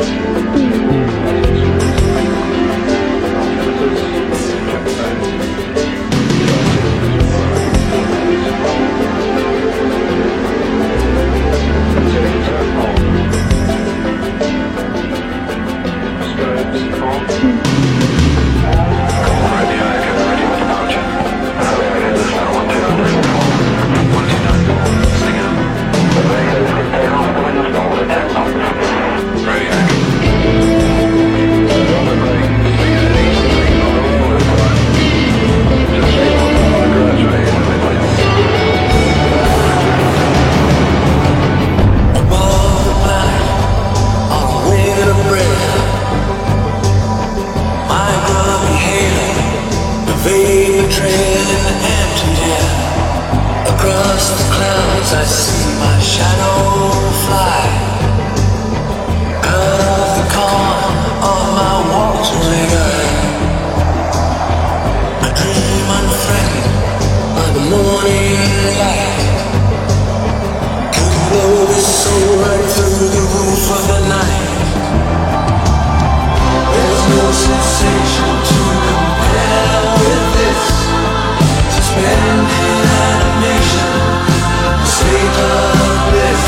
I see my shadow fly out of the corner of my waterway. I dream unthreatened by the morning light. Could blow this soul right through the roof of the night. There's no sensation to compare with this. Suspended animation, state of bliss.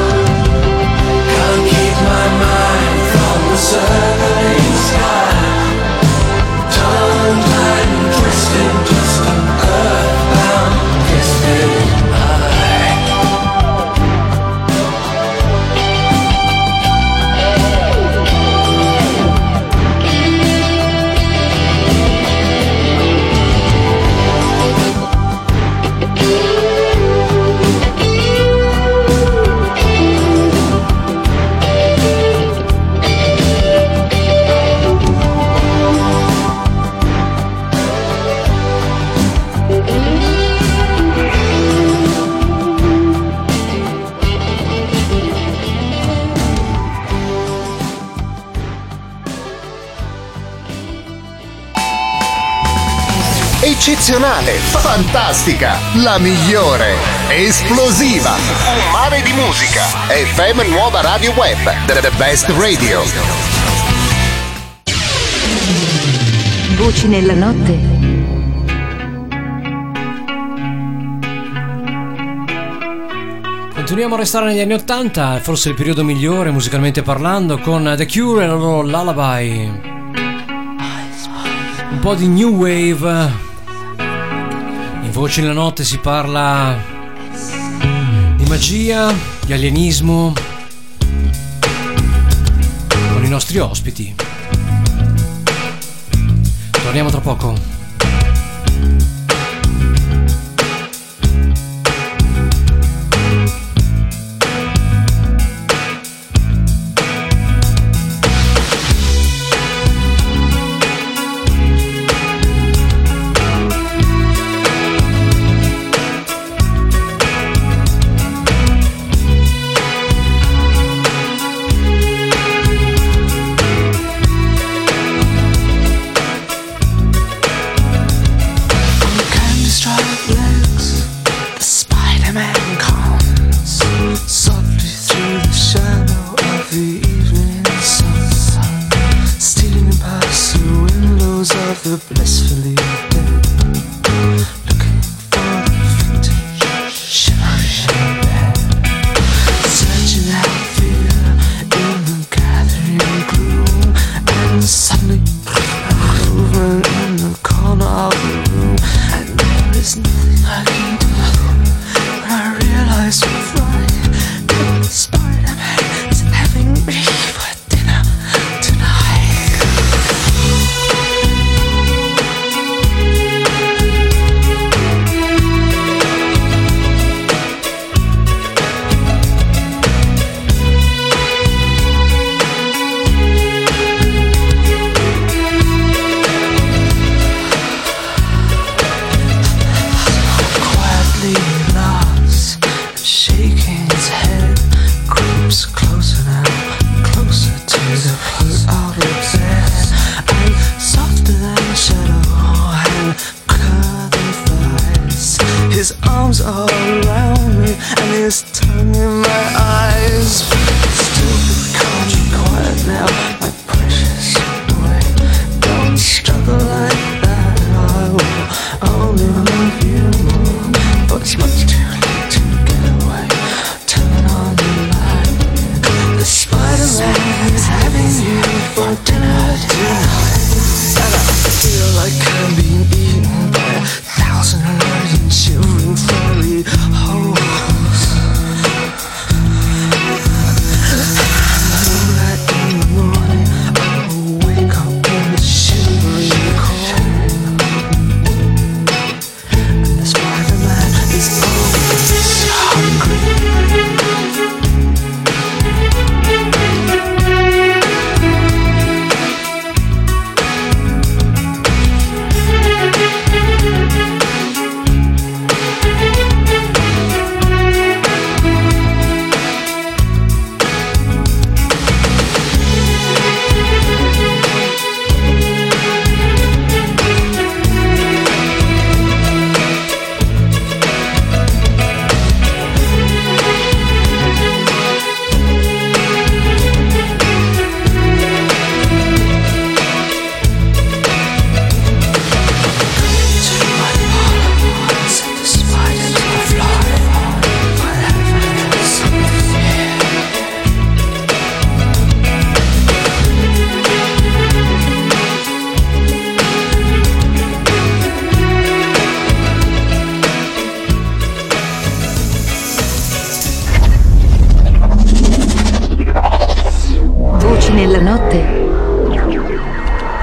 Can't keep my mind from the circling sky. Tongue-tied and twisted, just an earthbound twisted eccezionale, fantastica, la migliore, esplosiva, un mare di musica. FM Nuova Radio Web, the best radio. Voci nella notte. Continuiamo a restare negli anni 80, forse il periodo migliore musicalmente parlando, con The Cure e la loro Lullaby. Un po' di new wave. In Voci nella notte si parla di magia, di alienismo, con i nostri ospiti. Torniamo tra poco.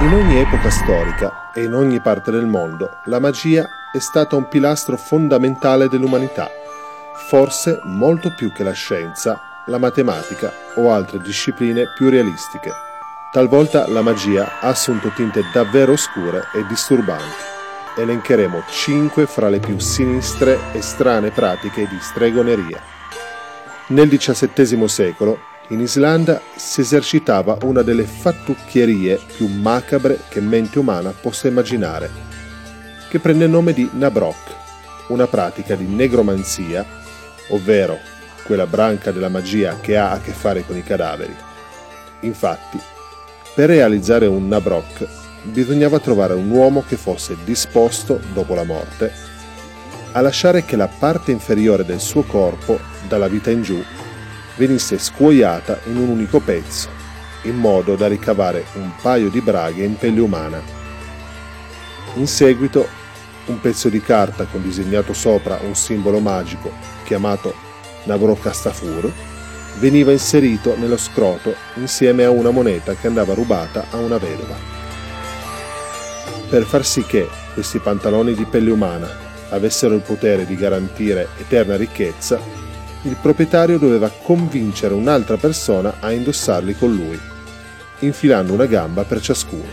In ogni epoca storica e in ogni parte del mondo, la magia è stata un pilastro fondamentale dell'umanità, forse molto più che la scienza, la matematica o altre discipline più realistiche. Talvolta la magia ha assunto tinte davvero oscure e disturbanti. Elencheremo 5 fra le più sinistre e strane pratiche di stregoneria. Nel XVII secolo, in Islanda si esercitava una delle fattucchierie più macabre che mente umana possa immaginare, che prende il nome di Nabrok, una pratica di negromanzia, ovvero quella branca della magia che ha a che fare con i cadaveri. Infatti, per realizzare un Nabrok bisognava trovare un uomo che fosse disposto, dopo la morte, a lasciare che la parte inferiore del suo corpo, dalla vita in giù, venisse scuoiata in un unico pezzo, in modo da ricavare un paio di braghe in pelle umana. In seguito, un pezzo di carta con disegnato sopra un simbolo magico chiamato Nabrokastafur veniva inserito nello scroto insieme a una moneta che andava rubata a una vedova. Per far sì che questi pantaloni di pelle umana avessero il potere di garantire eterna ricchezza, il proprietario doveva convincere un'altra persona a indossarli con lui, infilando una gamba per ciascuno.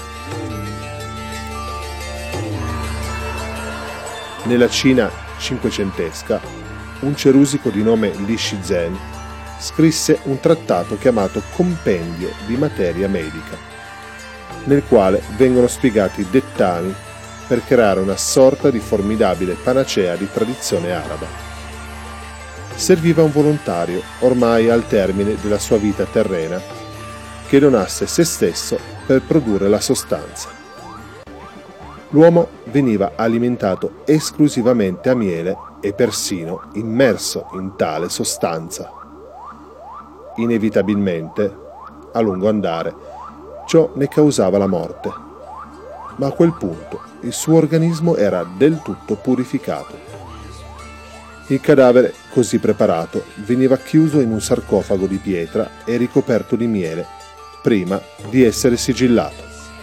Nella Cina cinquecentesca, un cerusico di nome Li Shizhen scrisse un trattato chiamato Compendio di materia medica, nel quale vengono spiegati i dettami per creare una sorta di formidabile panacea di tradizione araba. Serviva un volontario, ormai al termine della sua vita terrena, che donasse se stesso per produrre la sostanza. L'uomo veniva alimentato esclusivamente a miele e persino immerso in tale sostanza. Inevitabilmente, a lungo andare, ciò ne causava la morte, ma a quel punto il suo organismo era del tutto purificato. Il cadavere, così preparato, veniva chiuso in un sarcofago di pietra e ricoperto di miele, prima di essere sigillato.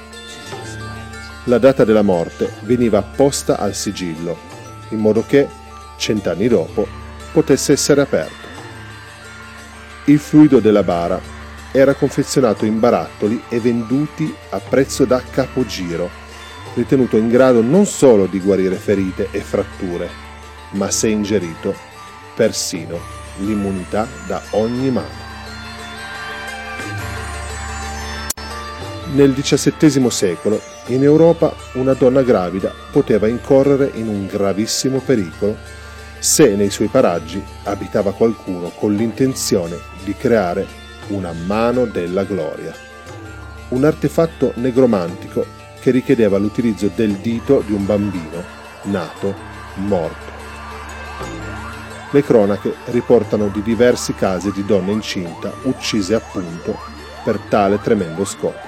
La data della morte veniva apposta al sigillo, in modo che, 100 anni dopo, potesse essere aperto. Il fluido della bara era confezionato in barattoli e venduti a prezzo da capogiro, ritenuto in grado non solo di guarire ferite e fratture, ma se ingerito, persino l'immunità da ogni male. Nel XVII secolo, in Europa, una donna gravida poteva incorrere in un gravissimo pericolo se nei suoi paraggi abitava qualcuno con l'intenzione di creare una mano della gloria, un artefatto negromantico che richiedeva l'utilizzo del dito di un bambino nato morto. Le cronache riportano di diversi casi di donne incinta uccise appunto per tale tremendo scopo.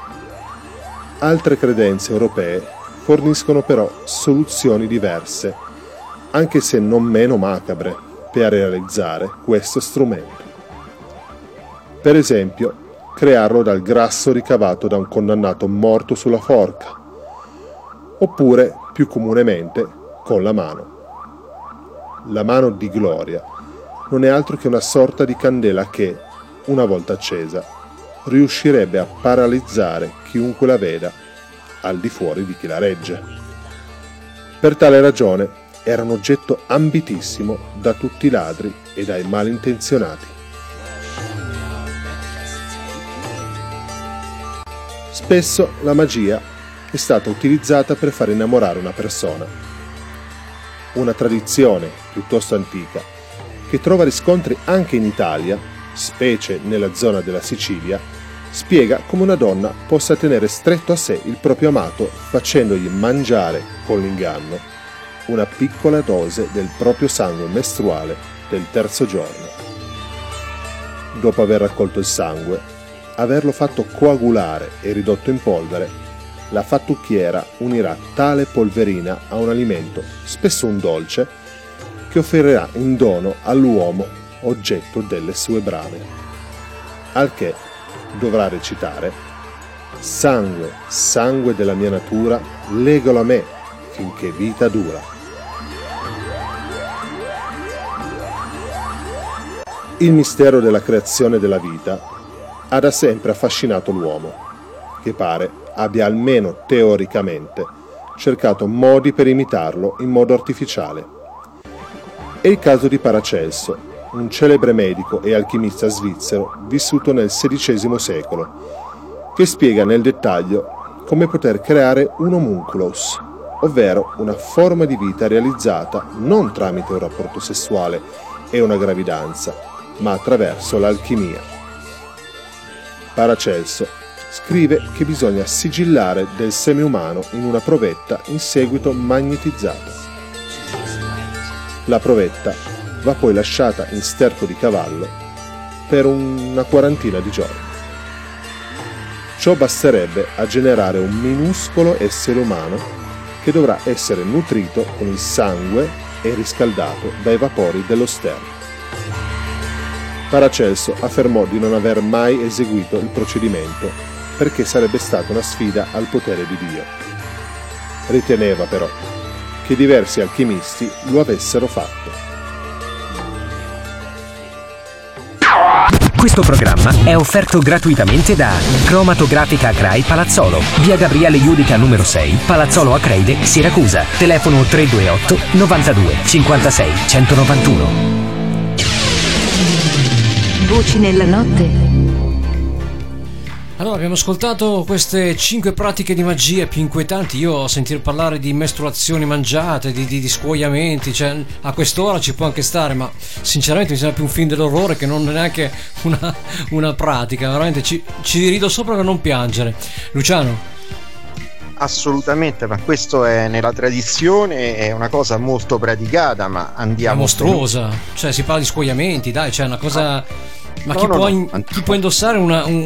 Altre credenze europee forniscono però soluzioni diverse, anche se non meno macabre, per realizzare questo strumento. Per esempio, crearlo dal grasso ricavato da un condannato morto sulla forca, oppure, più comunemente, con la mano. La mano di gloria non è altro che una sorta di candela che, una volta accesa, riuscirebbe a paralizzare chiunque la veda, al di fuori di chi la regge. Per tale ragione era un oggetto ambitissimo da tutti i ladri e dai malintenzionati. Spesso la magia è stata utilizzata per far innamorare una persona. Una tradizione piuttosto antica che trova riscontri anche in Italia, specie nella zona della Sicilia, spiega come una donna possa tenere stretto a sé il proprio amato facendogli mangiare, con l'inganno, una piccola dose del proprio sangue mestruale del terzo giorno. Dopo aver raccolto il sangue, averlo fatto coagulare e ridotto in polvere, la fattucchiera unirà tale polverina a un alimento, spesso un dolce, che offrirà in dono all'uomo oggetto delle sue brame. Al che dovrà recitare: Sangue, sangue della mia natura, legalo a me finché vita dura. Il mistero della creazione della vita ha da sempre affascinato l'uomo, che pare abbia almeno teoricamente cercato modi per imitarlo in modo artificiale. È il caso di Paracelso, un celebre medico e alchimista svizzero vissuto nel XVI secolo, che spiega nel dettaglio come poter creare un homunculus, ovvero una forma di vita realizzata non tramite un rapporto sessuale e una gravidanza, ma attraverso l'alchimia. Paracelso scrive che bisogna sigillare del seme umano in una provetta in seguito magnetizzata. La provetta va poi lasciata in sterco di cavallo per una quarantina di giorni. Ciò basterebbe a generare un minuscolo essere umano che dovrà essere nutrito con il sangue e riscaldato dai vapori dello sterco. Paracelso affermò di non aver mai eseguito il procedimento perché sarebbe stata una sfida al potere di Dio. Riteneva però che diversi alchimisti lo avessero fatto. Questo programma è offerto gratuitamente da Cromatografica Acrai Palazzolo, via Gabriele Judica numero 6, Palazzolo Acreide, Siracusa. Telefono 328 92 56 191. Voci nella notte. Allora, abbiamo ascoltato queste 5 pratiche di magia più inquietanti. Io sentir parlare di mestruazioni mangiate, di scuoiamenti, cioè a quest'ora ci può anche stare, ma sinceramente mi sembra più un film dell'orrore che non neanche una pratica. Veramente ci rido sopra per non piangere. Luciano? Assolutamente, ma questo è nella tradizione, è una cosa molto praticata, ma andiamo... È mostruosa, cioè si parla di scuoiamenti, dai, cioè una cosa... Ma chi può indossare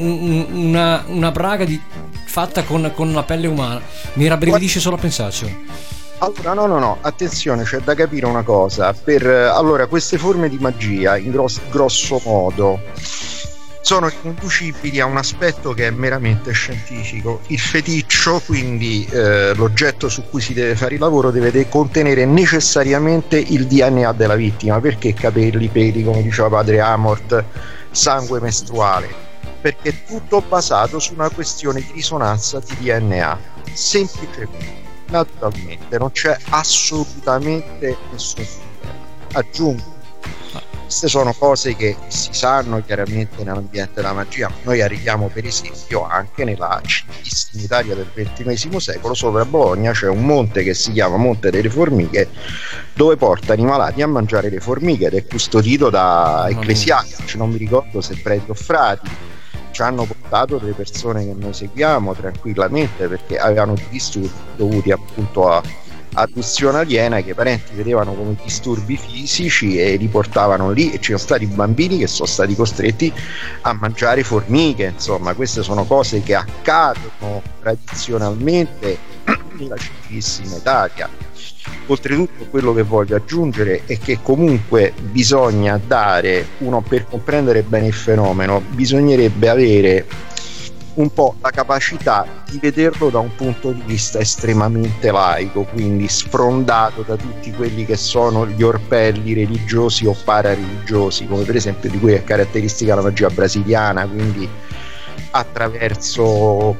una braga fatta con la pelle umana? Mi rabbrividisce solo a pensarci. Allora, no, attenzione, c'è da capire una cosa. Allora, queste forme di magia, in grosso modo, sono riconducibili a un aspetto che è meramente scientifico. Il feticcio, quindi l'oggetto su cui si deve fare il lavoro, deve contenere necessariamente il DNA della vittima. Perché capelli, peli, come diceva padre Amort, sangue mestruale? Perché è tutto basato su una questione di risonanza di DNA, semplicemente, naturalmente, non c'è assolutamente nessun problema. Aggiungo, queste sono cose che si sanno chiaramente nell'ambiente della magia. Noi arriviamo per esempio anche nella civilissima Italia del XXI secolo. Sopra Bologna c'è un monte che si chiama Monte delle Formiche, dove portano i malati a mangiare le formiche, ed è custodito da ecclesiastici, non mi ricordo se preti o frati. Ci hanno portato delle persone che noi seguiamo tranquillamente perché avevano disturbi dovuti appunto a adduzione aliena, che i parenti vedevano come disturbi fisici e li portavano lì, e ci sono stati bambini che sono stati costretti a mangiare formiche. Insomma, queste sono cose che accadono tradizionalmente nella civilissima Italia. Oltretutto, quello che voglio aggiungere è che comunque bisogna dare per comprendere bene il fenomeno, bisognerebbe avere un po' la capacità di vederlo da un punto di vista estremamente laico, quindi sfrondato da tutti quelli che sono gli orpelli religiosi o parareligiosi, come per esempio di cui è caratteristica la magia brasiliana, quindi attraverso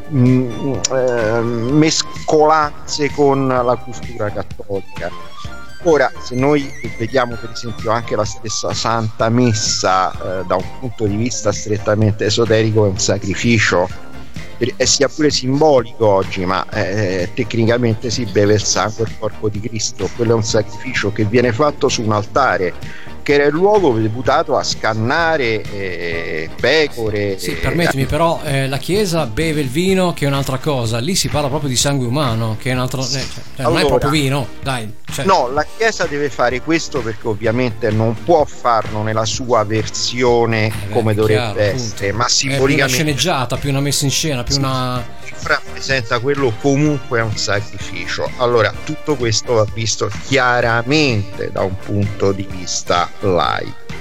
mescolanze con la cultura cattolica. Ora, se noi vediamo per esempio anche la stessa Santa Messa da un punto di vista strettamente esoterico, è un sacrificio, sia pure simbolico oggi, ma tecnicamente si beve il sangue e il corpo di Cristo. Quello è un sacrificio che viene fatto su un altare, che era il luogo deputato a scannare pecore. Sì, permettimi, però la Chiesa beve il vino, che è un'altra cosa. Lì si parla proprio di sangue umano, che è un altro, non è proprio vino, dai. No, la Chiesa deve fare questo perché ovviamente non può farlo nella sua versione come dovrebbe essere, ma simbolicamente è più una sceneggiata, più una messa in scena, più una... rappresenta quello, comunque è un sacrificio. Allora, tutto questo va visto chiaramente da un punto di vista laico.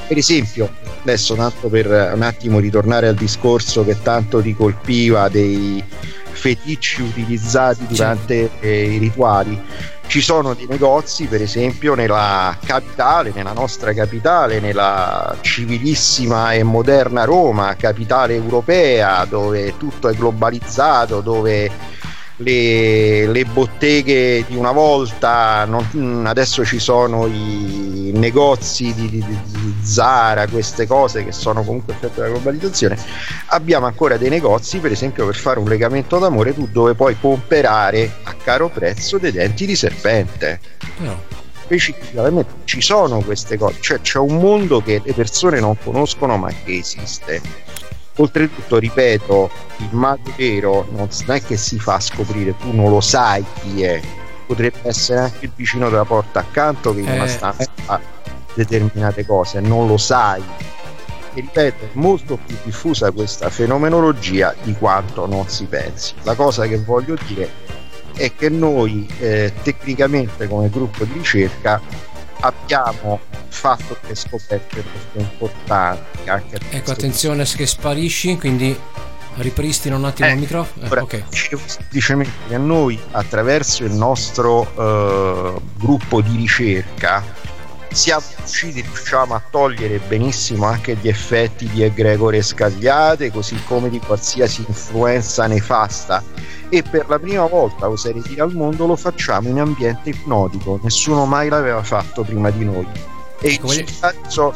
Per esempio, adesso tanto per un attimo ritornare al discorso che tanto ti colpiva dei feticci utilizzati durante i rituali, ci sono dei negozi, per esempio nella capitale, nella nostra capitale, nella civilissima e moderna Roma, capitale europea, dove tutto è globalizzato, dove le botteghe di una volta adesso ci sono i negozi di Zara, queste cose che sono comunque effetto della globalizzazione. Abbiamo ancora dei negozi, per esempio per fare un legamento d'amore, tu dove puoi comprare a caro prezzo dei denti di serpente. Specificamente ci sono queste cose, cioè c'è un mondo che le persone non conoscono ma che esiste. Oltretutto, ripeto, il mago vero non è che si fa scoprire, tu non lo sai chi è, potrebbe essere anche il vicino della porta accanto che in una stanza fa determinate cose, non lo sai. E ripeto, è molto più diffusa questa fenomenologia di quanto non si pensi. La cosa che voglio dire è che noi tecnicamente come gruppo di ricerca abbiamo fatto delle scoperte molto importanti anche ecco, attenzione che sparisci, quindi ripristina un attimo il microfono. Ok. Dicevo semplicemente che a noi, attraverso il nostro gruppo di ricerca, riusciamo a togliere benissimo anche gli effetti di egregore scagliate, così come di qualsiasi influenza nefasta, e per la prima volta, oserei dire, al mondo lo facciamo in ambiente ipnotico. Nessuno mai l'aveva fatto prima di noi e i risultati sono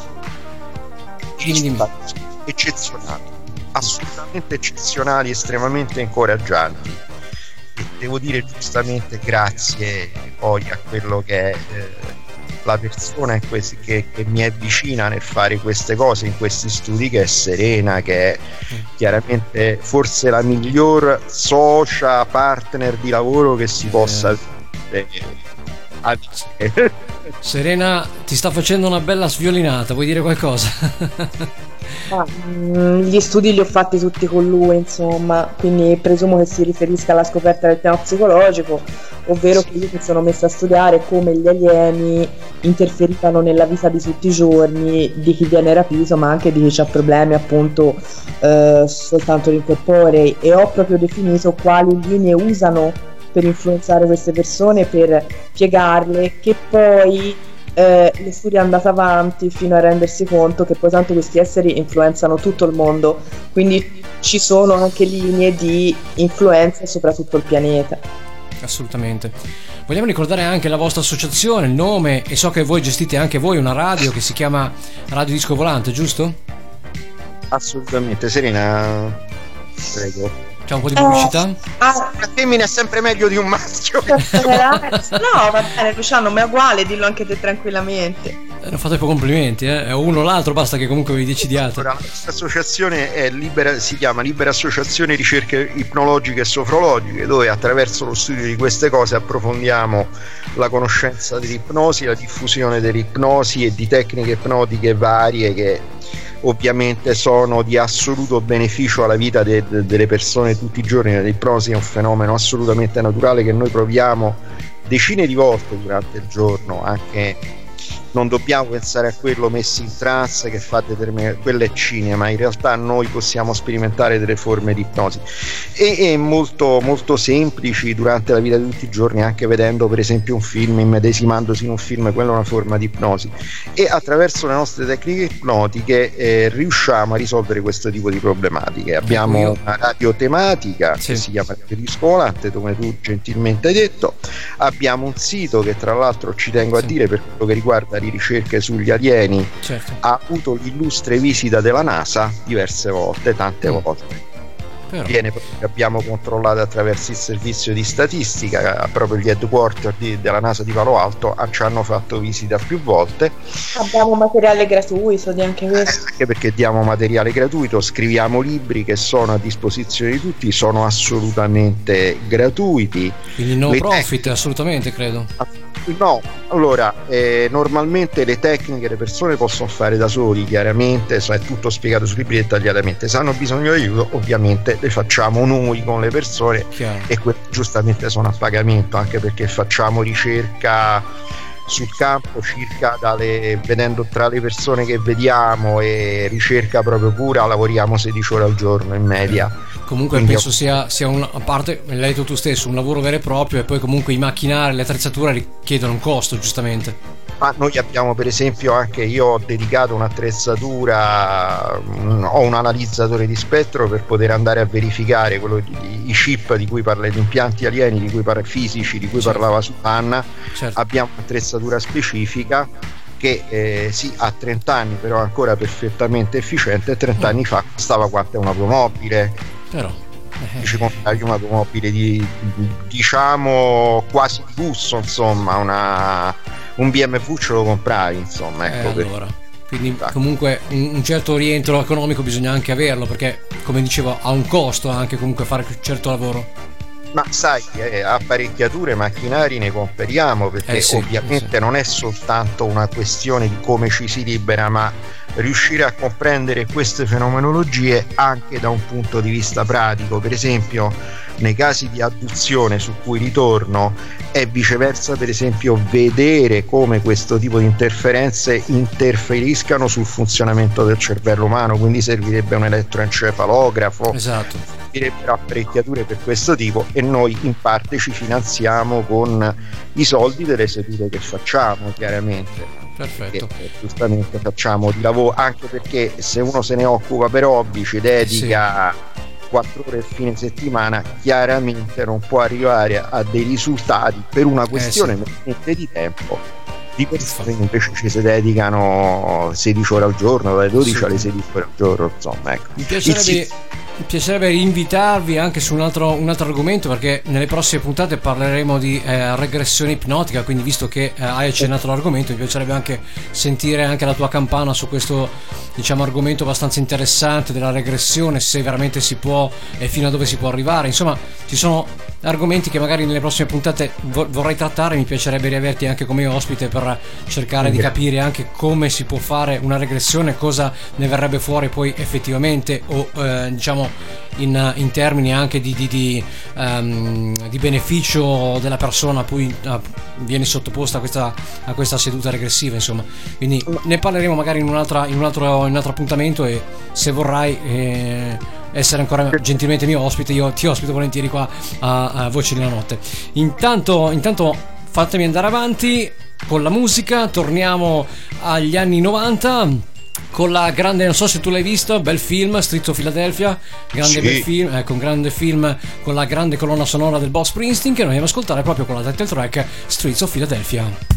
eccezionali, assolutamente eccezionali, estremamente incoraggianti. E devo dire giustamente grazie poi a quello che è la persona che mi è vicina nel fare queste cose in questi studi, che è Serena, che è chiaramente forse la miglior socia partner di lavoro che si possa avere. Serena ti sta facendo una bella sviolinata, vuoi dire qualcosa? Gli studi li ho fatti tutti con lui, insomma, quindi presumo che si riferisca alla scoperta del piano psicologico, ovvero che io mi sono messa a studiare come gli alieni interferivano nella vita di tutti i giorni di chi viene rapito, ma anche di chi ha problemi appunto soltanto incorporei, e ho proprio definito quali linee usano per influenzare queste persone, per piegarle, che poi lo studio è andato avanti fino a rendersi conto che poi tanto questi esseri influenzano tutto il mondo, quindi ci sono anche linee di influenza soprattutto il pianeta. Assolutamente. Vogliamo ricordare anche la vostra associazione, il nome, e so che voi gestite anche voi una radio che si chiama Radio Disco Volante, giusto? Assolutamente. Serena, prego. C'è un po' di pubblicità? Una femmina è sempre meglio di un maschio. No, va bene, Luciano, ma è uguale, dillo anche te tranquillamente. Non fate poi complimenti, è uno o l'altro, basta che comunque vi decidiate. Allora, la nostra associazione è si chiama Libera Associazione Ricerche Ipnologiche e Sofrologiche, dove attraverso lo studio di queste cose approfondiamo la conoscenza dell'ipnosi, la diffusione dell'ipnosi e di tecniche ipnotiche varie che ovviamente sono di assoluto beneficio alla vita delle persone tutti i giorni. L'ipnosi è un fenomeno assolutamente naturale che noi proviamo decine di volte durante il giorno, anche non dobbiamo pensare a quello messi in trance che fa determinare, quello è cinema, in realtà noi possiamo sperimentare delle forme di ipnosi e molto, molto semplici durante la vita di tutti i giorni, anche vedendo per esempio un film, immedesimandosi in un film, quella è una forma di ipnosi, e attraverso le nostre tecniche ipnotiche riusciamo a risolvere questo tipo di problematiche. Abbiamo una radio tematica che si chiama Radio Disco Volante, come tu gentilmente hai detto, abbiamo un sito che tra l'altro ci tengo a dire, per quello che riguarda di ricerche sugli alieni, ha avuto l'illustre visita della NASA diverse volte, tante volte. Viene proprio che abbiamo controllato attraverso il servizio di statistica, proprio gli headquarter della NASA di Palo Alto ci hanno fatto visita più volte. Abbiamo materiale gratuito di anche questo. Anche perché diamo materiale gratuito, scriviamo libri che sono a disposizione di tutti, sono assolutamente gratuiti. Quindi no profit, assolutamente, credo. No, allora normalmente le tecniche le persone possono fare da soli, chiaramente è tutto spiegato sui libri dettagliatamente. Se hanno bisogno di aiuto ovviamente le facciamo noi con le persone. Chiaro. E quelle giustamente sono a pagamento, anche perché facciamo ricerca sul campo, circa vedendo tra le persone che vediamo e ricerca proprio pura, lavoriamo 16 ore al giorno in media. Comunque Quindi penso sia a parte, l'hai detto tu stesso, un lavoro vero e proprio, e poi comunque i macchinari, le attrezzature richiedono un costo, giustamente. Ma noi abbiamo, per esempio, anche io ho dedicato un'attrezzatura, ho un analizzatore di spettro per poter andare a verificare i chip di cui parla, gli impianti alieni fisici di cui parlava Susanna. Abbiamo un'attrezzatura specifica che sì, ha 30 anni, però è ancora perfettamente efficiente. 30 anni fa costava quanto è un'automobile. Però ci compravi un'automobile diciamo quasi di lusso, insomma, un BMW ce lo compravi, insomma, ecco. Allora. Quindi comunque un certo rientro economico bisogna anche averlo, perché come dicevo ha un costo anche comunque fare un certo lavoro. Ma sai, apparecchiature, macchinari ne compriamo, perché ovviamente non è soltanto una questione di come ci si libera, ma riuscire a comprendere queste fenomenologie anche da un punto di vista pratico. Per esempio, nei casi di adduzione, su cui ritorno, e viceversa, per esempio, vedere come questo tipo di interferenze interferiscano sul funzionamento del cervello umano, quindi servirebbe un elettroencefalografo. Esatto. Servirebbero apparecchiature per questo tipo, e noi in parte ci finanziamo con i soldi delle sedute che facciamo, chiaramente. Perfetto. Perché, giustamente facciamo di lavoro, anche perché se uno se ne occupa per hobby, ci dedica 4 ore il fine settimana, chiaramente non può arrivare a dei risultati per una questione meramente di tempo. Di persone che invece ci si dedicano 16 ore al giorno, dalle 12 alle 16 ore al giorno, insomma, ecco. Mi piacerebbe invitarvi anche su un altro argomento, perché nelle prossime puntate parleremo di regressione ipnotica, quindi visto che hai accennato l'argomento, mi piacerebbe anche sentire anche la tua campana su questo, diciamo, argomento abbastanza interessante della regressione, se veramente si può e fino a dove si può arrivare. Insomma, ci sono argomenti che magari nelle prossime puntate vorrei trattare. Mi piacerebbe riaverti anche come ospite per cercare di capire anche come si può fare una regressione, cosa ne verrebbe fuori poi effettivamente, o diciamo in termini anche di beneficio della persona a cui viene sottoposta a questa seduta regressiva, insomma. Quindi ne parleremo magari in un altro appuntamento, e se vorrai essere ancora gentilmente mio ospite, io ti ospito volentieri qua a Voci della Notte. Intanto fatemi andare avanti con la musica. Torniamo agli anni 90 con la grande, non so se tu l'hai visto, bel film, Streets of Philadelphia, grande bel film, ecco, un grande film con la grande colonna sonora del Bruce Springsteen, che noi andiamo ad ascoltare proprio con la title track Streets of Philadelphia.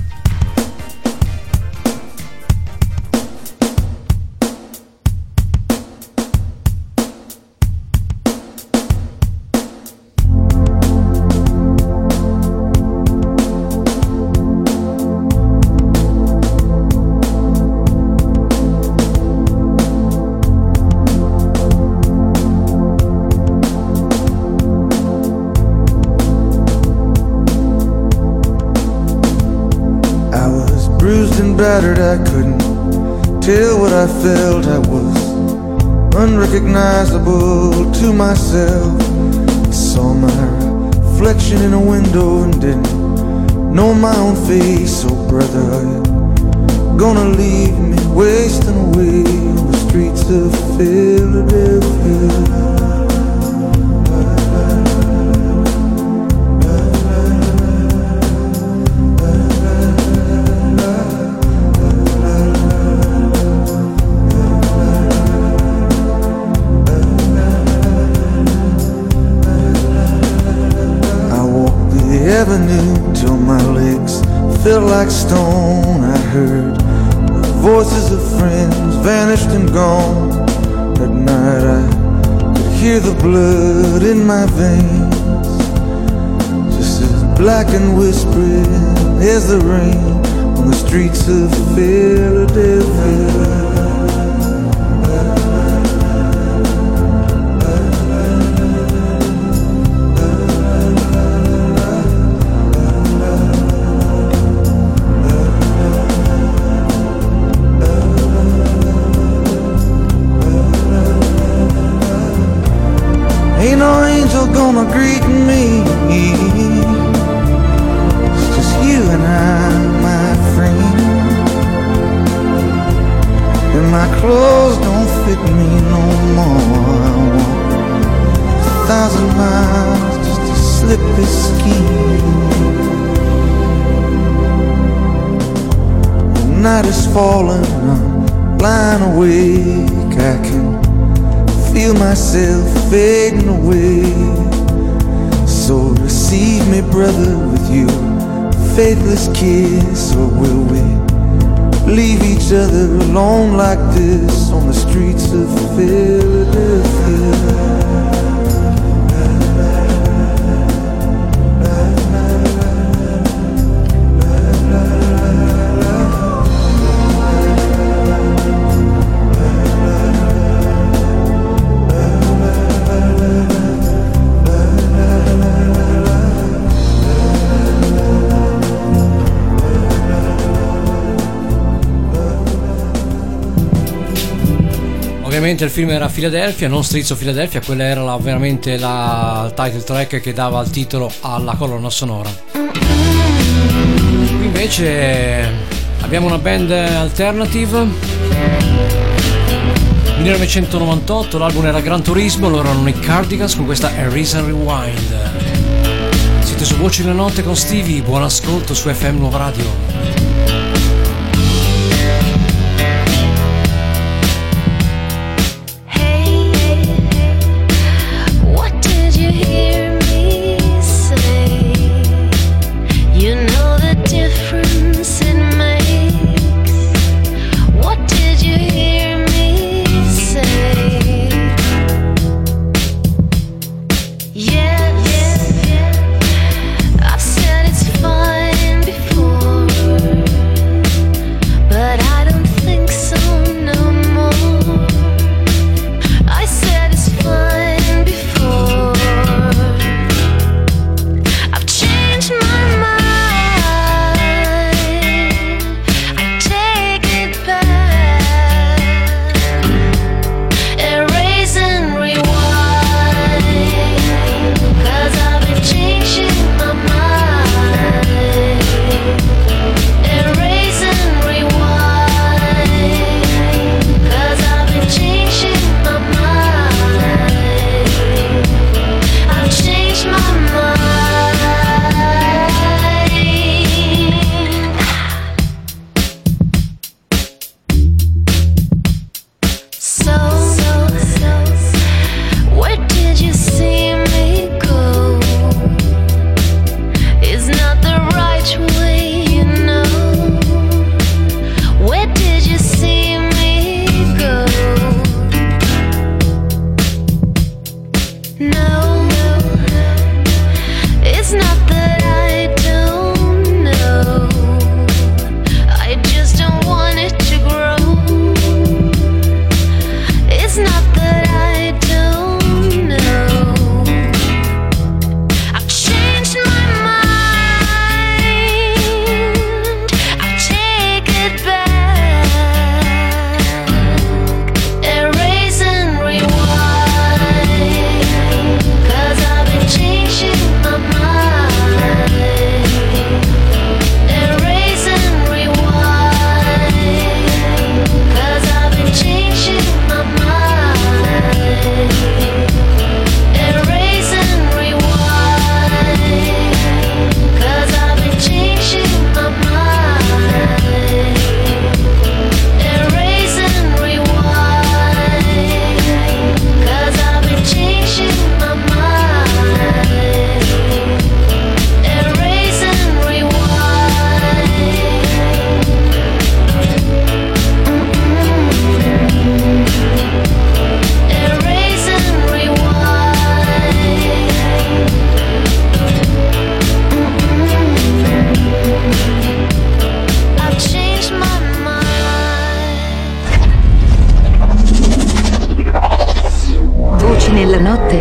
Battered, I couldn't tell what I felt. I was unrecognizable to myself. I saw my reflection in a window and didn't know my own face. Oh brother, are you gonna leave me wasting away on the streets of Philadelphia? Till my legs felt like stone. I heard the voices of friends vanished and gone. At night I could hear the blood in my veins, just as black and whispering as the rain on the streets of Philadelphia. Ain't no angel gonna greet me. It's just you and I, my my clothes don't fit me no more. I walk 1,000 miles just to slip this skin. The night is falling, I'm lying awake. I can feel myself fading away. So receive me, brother, with your faithless kiss, or will we leave each other alone like this on the streets of Philadelphia? Ovviamente il film era Philadelphia, non Streets of Philadelphia, quella era veramente la title track che dava il titolo alla colonna sonora. Qui invece abbiamo una band alternative. 1998, l'album era Gran Turismo, loro erano i Cardigans con questa Erase and Rewind. Siete su Voci della Notte con Stevie, buon ascolto su FM Nuova Radio. Nella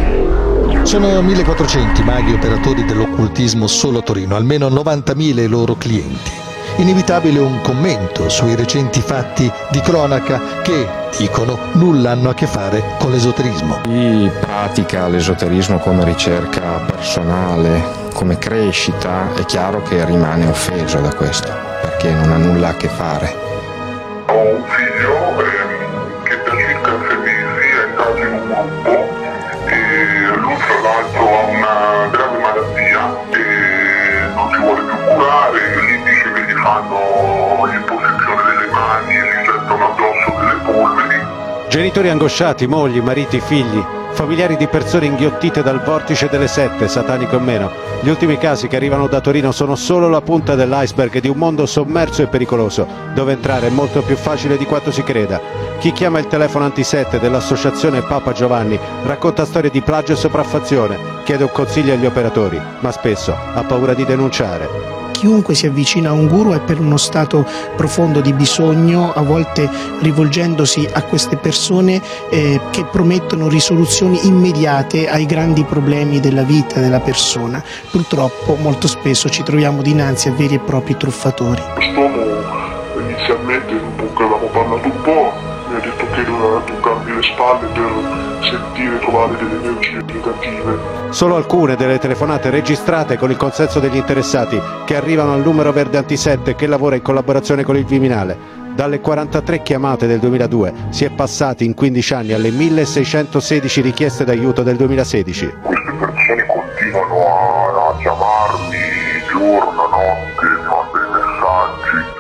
notte. Sono 1400 i maghi operatori dell'occultismo solo a Torino, almeno 90.000 i loro clienti. Inevitabile un commento sui recenti fatti di cronaca che, dicono, nulla hanno a che fare con l'esoterismo. Chi pratica l'esoterismo come ricerca personale, come crescita, è chiaro che rimane offeso da questo, perché non ha nulla a che fare. Ho un figlio gruppo e lui tra l'altro ha una grave malattia e non si vuole più curare, gli dice che gli fanno l'imposizione delle mani e gli gettano addosso delle polveri. Genitori angosciati, mogli, mariti, figli, familiari di persone inghiottite dal vortice delle sette, satanico o meno. Gli ultimi casi che arrivano da Torino sono solo la punta dell'iceberg di un mondo sommerso e pericoloso, dove entrare è molto più facile di quanto si creda. Chi chiama il telefono antisette dell'associazione Papa Giovanni racconta storie di plagio e sopraffazione, chiede un consiglio agli operatori, ma spesso ha paura di denunciare. Chiunque si avvicina a un guru è per uno stato profondo di bisogno, a volte rivolgendosi a queste persone che promettono risoluzioni immediate ai grandi problemi della vita della persona. Purtroppo molto spesso ci troviamo dinanzi a veri e propri truffatori. Quest'uomo inizialmente dopo che avevamo parlato un po' mi ha detto che doveva toccarmi le spalle per sentire, trovare delle energie negative. Solo alcune delle telefonate registrate con il consenso degli interessati che arrivano al numero verde antisette che lavora in collaborazione con il Viminale. Dalle 43 chiamate del 2002 si è passati in 15 anni alle 1616 richieste d'aiuto del 2016. Queste persone continuano a chiamarmi giorno, notte, mi mandano dei messaggi.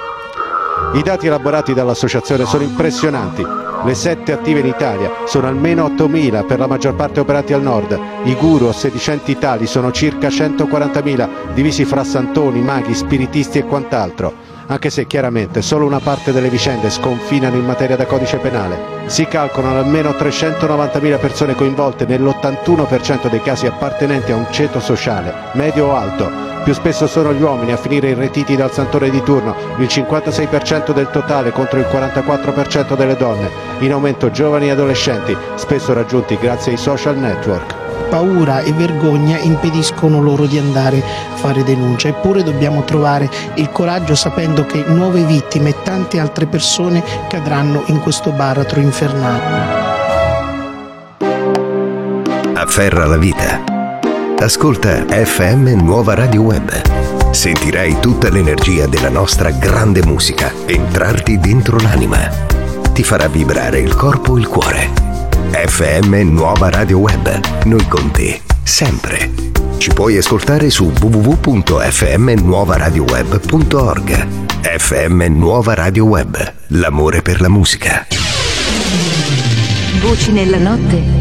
I dati elaborati dall'associazione sono impressionanti. Le 7 attive in Italia sono almeno 8.000, per la maggior parte operanti al nord. I guru o sedicenti tali sono circa 140.000, divisi fra santoni, maghi, spiritisti e quant'altro. Anche se chiaramente solo una parte delle vicende sconfinano in materia da codice penale. Si calcolano almeno 390.000 persone coinvolte, nell'81% dei casi appartenenti a un ceto sociale, medio o alto. Più spesso sono gli uomini a finire irretiti dal santore di turno, il 56% del totale contro il 44% delle donne, in aumento giovani e adolescenti, spesso raggiunti grazie ai social network. Paura e vergogna impediscono loro di andare a fare denuncia, eppure dobbiamo trovare il coraggio sapendo che nuove vittime e tante altre persone cadranno in questo baratro infernale. Afferra la vita. Ascolta FM Nuova Radio Web. Sentirai tutta l'energia della nostra grande musica entrarti dentro l'anima. Ti farà vibrare il corpo e il cuore. FM Nuova Radio Web. Noi con te, sempre. Ci puoi ascoltare su www.fmnuovaradioweb.org. FM Nuova Radio Web. L'amore per la musica. Voci nella notte.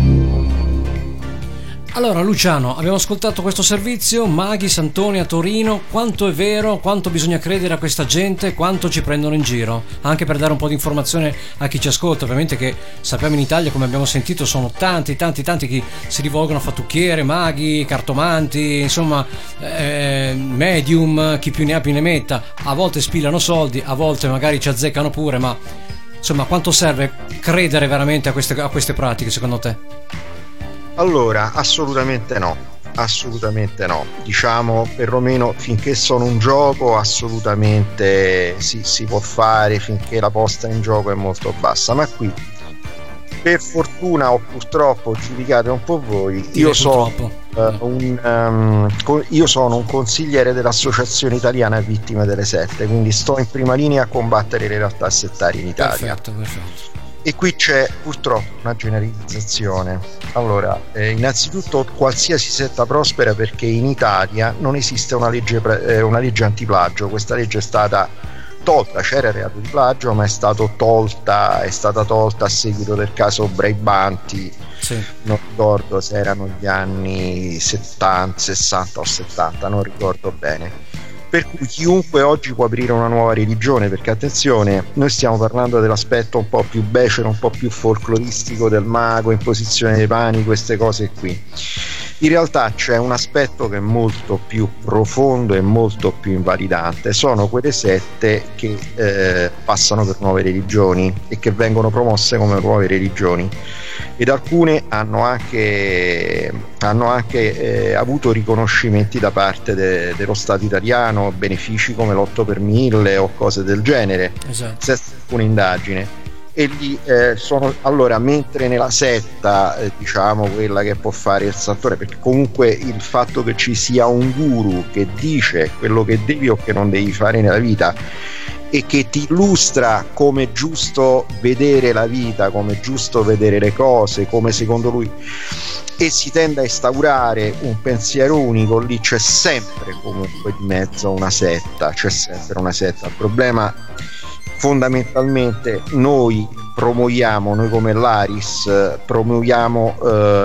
Allora Luciano, abbiamo ascoltato questo servizio, maghi, santoni a Torino, quanto è vero, quanto bisogna credere a questa gente, quanto ci prendono in giro? Anche per dare un po' di informazione a chi ci ascolta, ovviamente che sappiamo in Italia, come abbiamo sentito, sono tanti che si rivolgono a fattucchiere, maghi, cartomanti, insomma medium, chi più ne ha più ne metta, a volte spillano soldi, a volte magari ci azzeccano pure, ma insomma quanto serve credere veramente a queste pratiche secondo te? Allora, assolutamente no, diciamo perlomeno finché sono un gioco assolutamente si può fare, finché la posta in gioco è molto bassa, ma qui per fortuna o purtroppo, giudicate un po' voi, io sono un consigliere dell'Associazione Italiana Vittime delle Sette, quindi sto in prima linea a combattere le realtà settarie in Italia. Perfetto. E qui c'è purtroppo una generalizzazione. Allora, innanzitutto qualsiasi setta prospera perché in Italia non esiste una legge antiplagio. Questa legge è stata tolta, c'era il reato di plagio, ma è stata tolta a seguito del caso Braibanti. Sì. Non ricordo se erano gli anni 60 o 70, non ricordo bene. Per cui chiunque oggi può aprire una nuova religione, perché attenzione, noi stiamo parlando dell'aspetto un po' più becero, un po' più folcloristico del mago, imposizione dei pani, queste cose qui. In realtà c'è un aspetto che è molto più profondo e molto più invalidante, sono quelle sette che passano per nuove religioni e che vengono promosse come nuove religioni, ed alcune hanno anche avuto riconoscimenti da parte dello Stato italiano, benefici come l'8 per 1000 o cose del genere, esatto. Senza alcuna indagine. E lì allora, mentre nella setta diciamo quella che può fare il santore, perché comunque il fatto che ci sia un guru che dice quello che devi o che non devi fare nella vita e che ti illustra come è giusto vedere la vita, come è giusto vedere le cose, come secondo lui, e si tende a instaurare un pensiero unico, lì c'è sempre comunque di mezzo una setta, c'è sempre una setta. Il problema fondamentalmente noi come l'Aris promuoviamo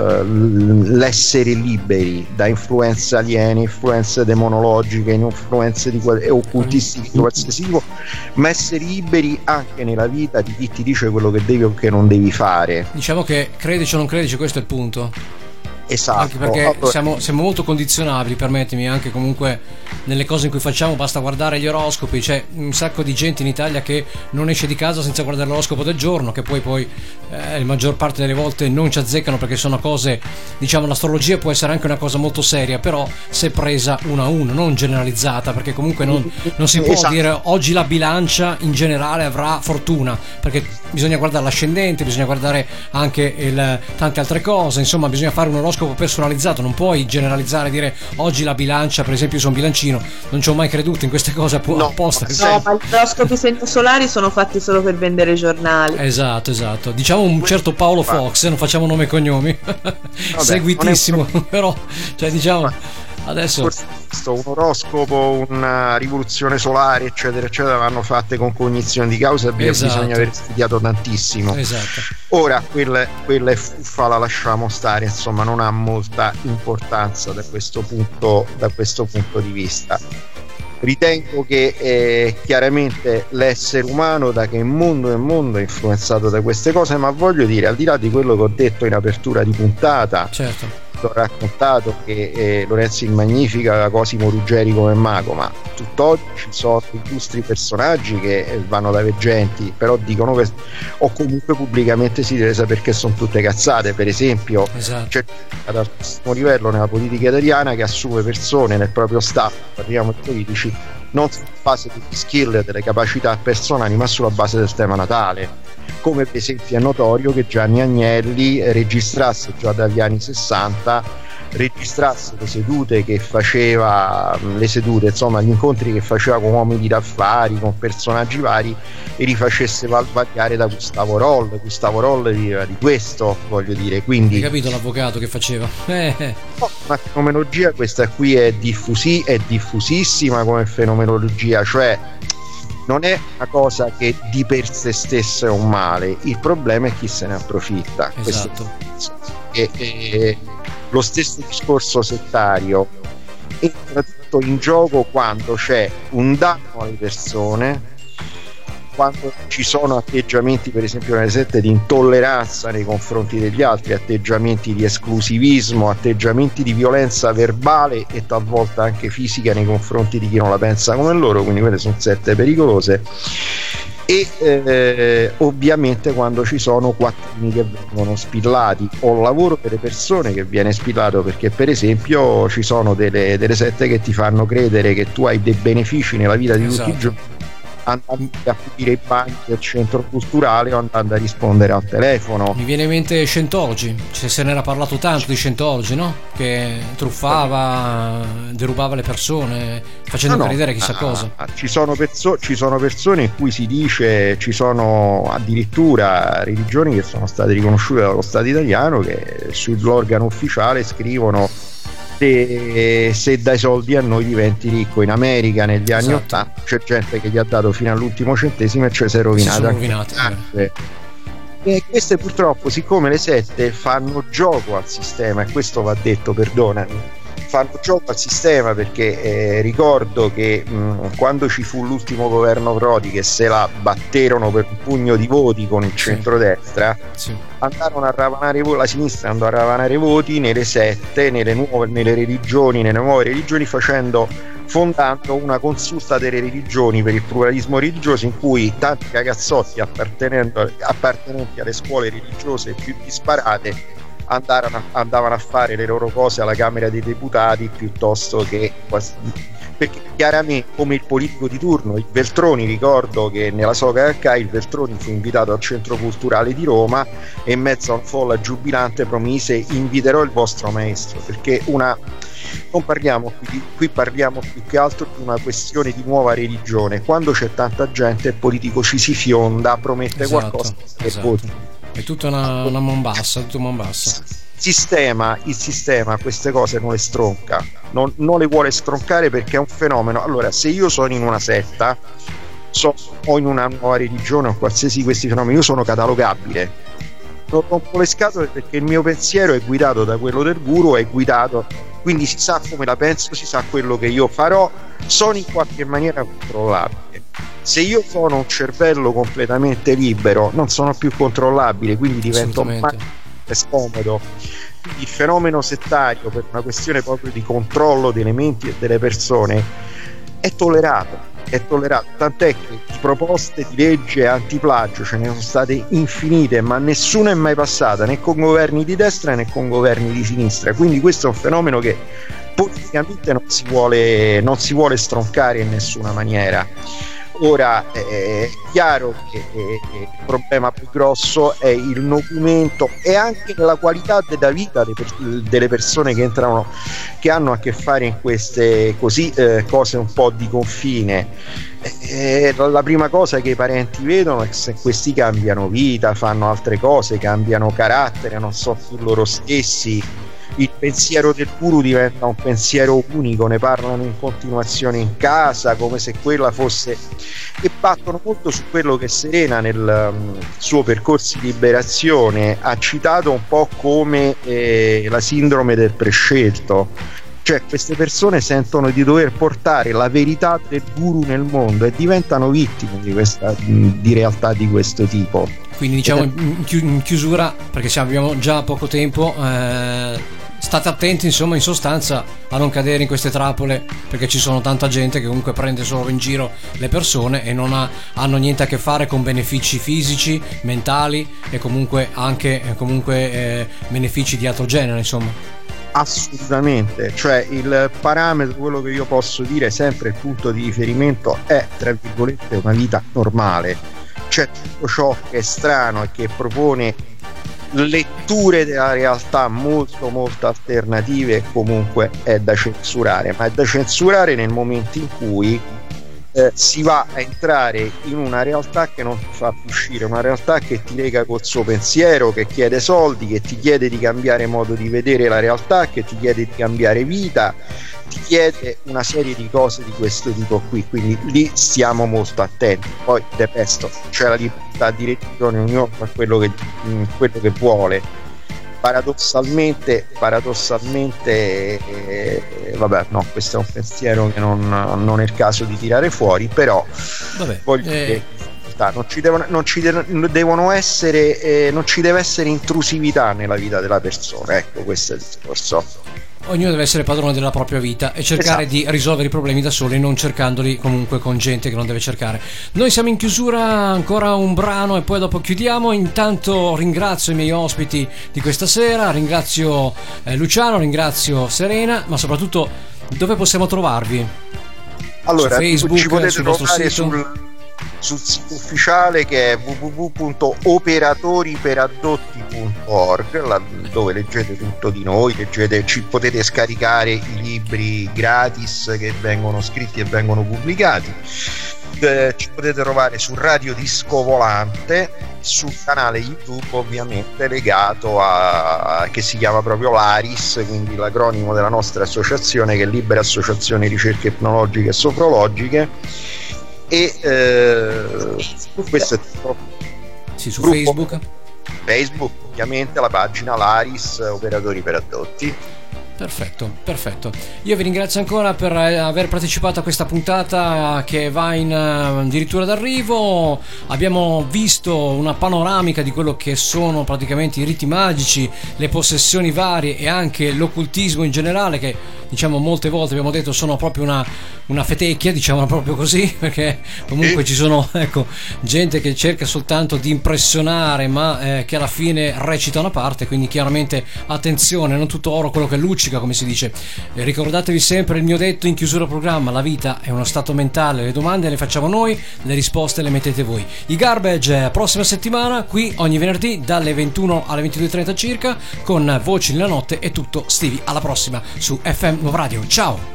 l'essere liberi da influenze aliene, influenze demonologiche, influenze occultistiche di qualsiasi tipo, ma essere liberi anche nella vita di chi ti dice quello che devi o che non devi fare. Diciamo che credici o non credici, questo è il punto. Esatto. Anche perché siamo molto condizionabili, permettimi, anche comunque nelle cose in cui facciamo. Basta guardare gli oroscopi, c'è un sacco di gente in Italia che non esce di casa senza guardare l'oroscopo del giorno, che poi la maggior parte delle volte non ci azzeccano, perché sono cose, diciamo, l'astrologia può essere anche una cosa molto seria, però se presa uno a uno, non generalizzata, perché comunque non si può dire oggi la bilancia in generale avrà fortuna, perché bisogna guardare l'ascendente, bisogna guardare anche tante altre cose, insomma bisogna fare un oroscopo personalizzato, non puoi generalizzare e dire oggi la bilancia, per esempio io sono bilancino, non ci ho mai creduto in queste cose apposta. No, ma gli oroscopi segno-solari sono fatti solo per vendere giornali. Esatto, diciamo un certo Paolo Fox, non facciamo nome e cognomi. Seguitissimo, però cioè diciamo adesso un oroscopo, una rivoluzione solare eccetera eccetera vanno fatte con cognizione di causa, bisogna aver studiato tantissimo. Ora quella è fuffa, la lasciamo stare, insomma non ha molta importanza da questo punto di vista. Ritengo che chiaramente l'essere umano da che mondo in mondo è influenzato da queste cose, ma voglio dire, al di là di quello che ho detto in apertura di puntata, ho raccontato che Lorenzo il Magnifico aveva Cosimo Ruggeri come mago, ma tutt'oggi ci sono illustri personaggi che vanno da veggenti, però dicono che, o comunque pubblicamente si deve sapere che sono tutte cazzate. Per esempio c'è ad altissimo livello nella politica italiana che assume persone nel proprio staff, parliamo di politici, non sulla base degli skill, delle capacità personali, ma sulla base del tema natale. Come per esempio è notorio che Gianni Agnelli registrasse già dagli anni 60, registrasse le sedute, insomma gli incontri che faceva con uomini d'affari, con personaggi vari, e li facesse variare da Gustavo Roll. Gustavo Roll viveva di questo, voglio dire, quindi hai capito l'avvocato che faceva? Una fenomenologia questa qui è diffusissima come fenomenologia, cioè non è una cosa che di per sé stessa è un male, il problema è chi se ne approfitta. E lo stesso discorso settario entra tutto in gioco quando c'è un danno alle persone, quando ci sono atteggiamenti, per esempio nelle sette, di intolleranza nei confronti degli altri, atteggiamenti di esclusivismo, atteggiamenti di violenza verbale e talvolta anche fisica nei confronti di chi non la pensa come loro, quindi quelle sono sette pericolose. E ovviamente quando ci sono quattrini che vengono spillati, o lavoro delle persone che viene spillato, perché per esempio ci sono delle sette che ti fanno credere che tu hai dei benefici nella vita di tutti i giorni andando a pulire i bagni del centro culturale o andando a rispondere al telefono. Mi viene in mente Scientology, se ne era parlato tanto di Scientology, no? Che truffava, derubava le persone facendo credere chissà cosa. Ci sono persone in cui si dice, ci sono addirittura religioni che sono state riconosciute dallo Stato italiano, che sull'organo ufficiale scrivono: se dai soldi a noi diventi ricco. In America negli anni 80 c'è gente che gli ha dato fino all'ultimo centesimo e ci si è rovinata. E queste purtroppo, siccome le sette fanno gioco al sistema, e questo va detto, perdonami, fanno gioco al sistema, perché ricordo che quando ci fu l'ultimo governo Prodi, che se la batterono per un pugno di voti con il centrodestra, andarono a ravanare la sinistra andò a ravanare voti nelle sette, nelle nuove religioni, fondando una consulta delle religioni per il pluralismo religioso, in cui tanti ragazzotti appartenenti alle scuole religiose più disparate andavano a fare le loro cose alla Camera dei Deputati, piuttosto che, perché chiaramente, come il politico di turno, il Veltroni, ricordo che nella Soca HK il Veltroni fu invitato al Centro Culturale di Roma e in mezzo a una folla giubilante promise: inviterò il vostro maestro, perché Non parliamo qui parliamo più che altro di una questione di nuova religione. Quando c'è tanta gente, il politico ci si fionda, promette qualcosa e poi è tutta una Mombassa, tutto Mombassa. Il sistema queste cose non le stronca, non le vuole stroncare, perché è un fenomeno. Allora, se io sono in una setta o in una nuova religione o qualsiasi di questi fenomeni, io sono catalogabile, non rompo le scatole, perché il mio pensiero è guidato da quello del guru, quindi si sa come la penso, si sa quello che io farò, sono in qualche maniera controllabile. Se io sono un cervello completamente libero, non sono più controllabile, quindi divento scomodo. Quindi il fenomeno settario, per una questione proprio di controllo delle menti e delle persone, è tollerato, tant'è che di proposte di legge antiplagio ce ne sono state infinite, ma nessuna è mai passata, né con governi di destra né con governi di sinistra. Quindi questo è un fenomeno che politicamente non si vuole stroncare in nessuna maniera. Ora è chiaro che il problema più grosso è il nocumento e anche la qualità della vita delle persone che entrano, che hanno a che fare in queste cose un po' di confine. La prima cosa che i parenti vedono è se questi cambiano vita, fanno altre cose, cambiano carattere, non sono più loro stessi. Il pensiero del guru diventa un pensiero unico, ne parlano in continuazione in casa come se quella fosse, e battono molto su quello che Serena nel suo percorso di liberazione ha citato un po' come la sindrome del prescelto. Cioè, queste persone sentono di dover portare la verità del guru nel mondo e diventano vittime di realtà di questo tipo. Quindi diciamo in chiusura, perché abbiamo già poco tempo, state attenti, insomma, in sostanza, a non cadere in queste trappole, perché ci sono tanta gente che comunque prende solo in giro le persone e non hanno niente a che fare con benefici fisici, mentali e comunque anche benefici di altro genere, insomma. Assolutamente, cioè il parametro, quello che io posso dire sempre, il punto di riferimento è, tra virgolette, una vita normale. Cioè tutto ciò che è strano e che propone letture della realtà molto molto alternative comunque è da censurare, ma è da censurare nel momento in cui si va a entrare in una realtà che non ti fa uscire, una realtà che ti lega col suo pensiero, che chiede soldi, che ti chiede di cambiare modo di vedere la realtà, che ti chiede di cambiare vita, ti chiede una serie di cose di questo tipo qui. Quindi lì stiamo molto attenti. Poi del resto c'è la libertà di religione, ognuno fa quello che vuole. Paradossalmente vabbè, no, questo è un pensiero che non è il caso di tirare fuori, però voglio dire, non ci deve essere intrusività nella vita della persona, ecco, questo è il discorso. Ognuno deve essere padrone della propria vita e cercare di risolvere i problemi da soli, non cercandoli comunque con gente che non deve cercare. Noi siamo in chiusura, ancora un brano e poi dopo chiudiamo. Intanto ringrazio i miei ospiti di questa sera, ringrazio Luciano, ringrazio Serena, ma soprattutto dove possiamo trovarvi? Allora, su Facebook, ci potete sul vostro trovare sito? Sul sito ufficiale, che è www.operatoriperadotti.org, dove leggete tutto di noi, ci potete scaricare i libri gratis che vengono scritti e vengono pubblicati. Ci potete trovare su Radio Disco Volante, sul canale YouTube ovviamente legato che si chiama proprio l'ARIS, quindi l'acronimo della nostra associazione, che è Libera Associazione Ricerche Etnologiche e Sofrologiche. E questo è tutto. Sì, su Facebook ovviamente la pagina l'ARIS Operatori per Addotti. Perfetto. Io vi ringrazio ancora per aver partecipato a questa puntata che va in addirittura d'arrivo. Abbiamo visto una panoramica di quello che sono praticamente i riti magici, le possessioni varie e anche l'occultismo in generale, che diciamo molte volte abbiamo detto sono proprio una fetecchia, diciamo proprio così, perché comunque ci sono, ecco, gente che cerca soltanto di impressionare, ma che alla fine recita una parte. Quindi chiaramente attenzione, non tutto oro quello che luccica, come si dice. Ricordatevi sempre il mio detto in chiusura programma: la vita è uno stato mentale, le domande le facciamo noi, le risposte le mettete voi. I Garbage prossima settimana qui ogni venerdì dalle 21 alle 22:30 circa, con Voci nella notte. E tutto, Stevie, alla prossima su FM FM Nuova Radio. Ciao!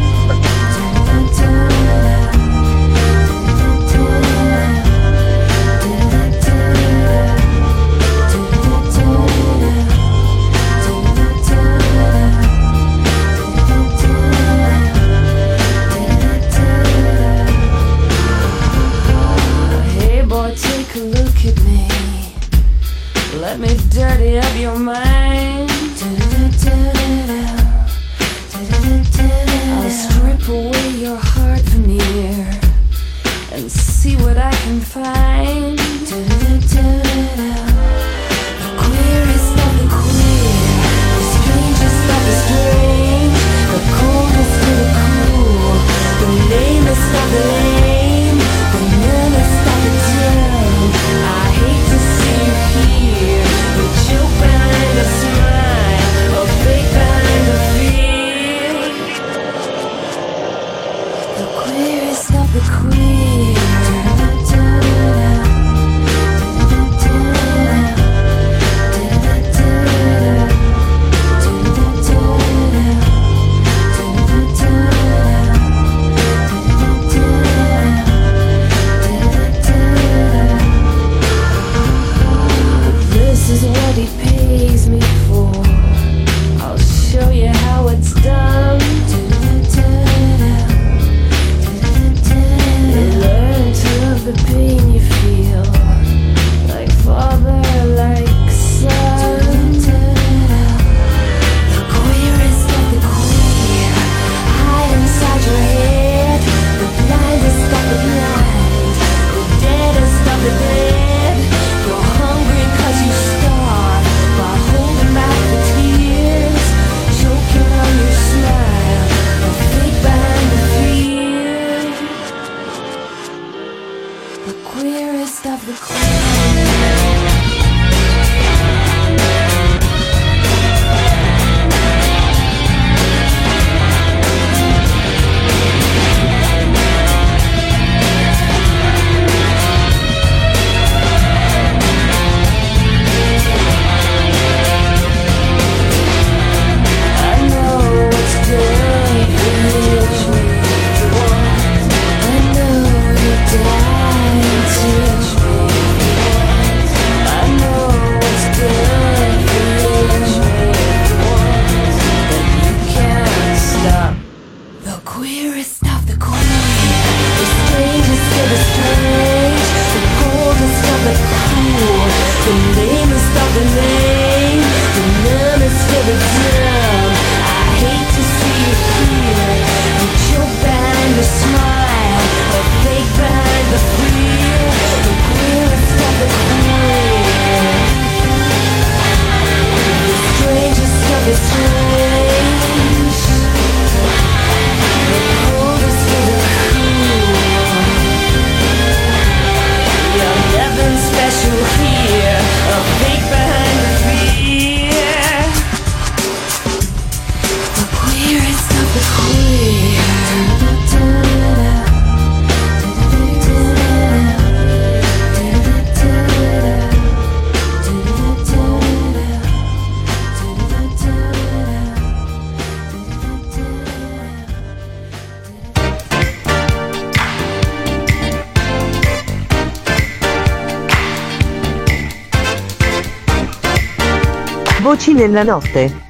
Hey boy, take a look at me. Let me dirty up your mind. I'll strip away your heart veneer and see what I can find. The queerest of the queer, the strangest of the strange, the coldest of the cool, the lamest of the lame, the numbest of the dumb. I hate to see you here, the joke behind the smile, a fake behind the fear. The queerest of the queer. This is what he pays me for. I'll show you how it's done. You learn to love the pain you feel, like father, like son. The queerest of the queer, hide inside your head. The blindest of the blind, the deadest of the dead. You're hungry 'cause you starve by holding back the tears, choking on your smile, a fake behind the fear. The queerest of the queer. I know what's good for you, I know you're dying to touch me. I know what's good for you, but you can't stop. The queerest of the queer, the strangest of the strange, the coldest of the cool, the lamest of the lame, the numbest of the dumb. I hate to see you here, the joke behind the smile, the fake behind the fear. The queerest of the queer, the strangest of the strange, the coldest of the cool. You're nothing special here, a fake behind the fear. The queerest of the queer. Voci nella notte.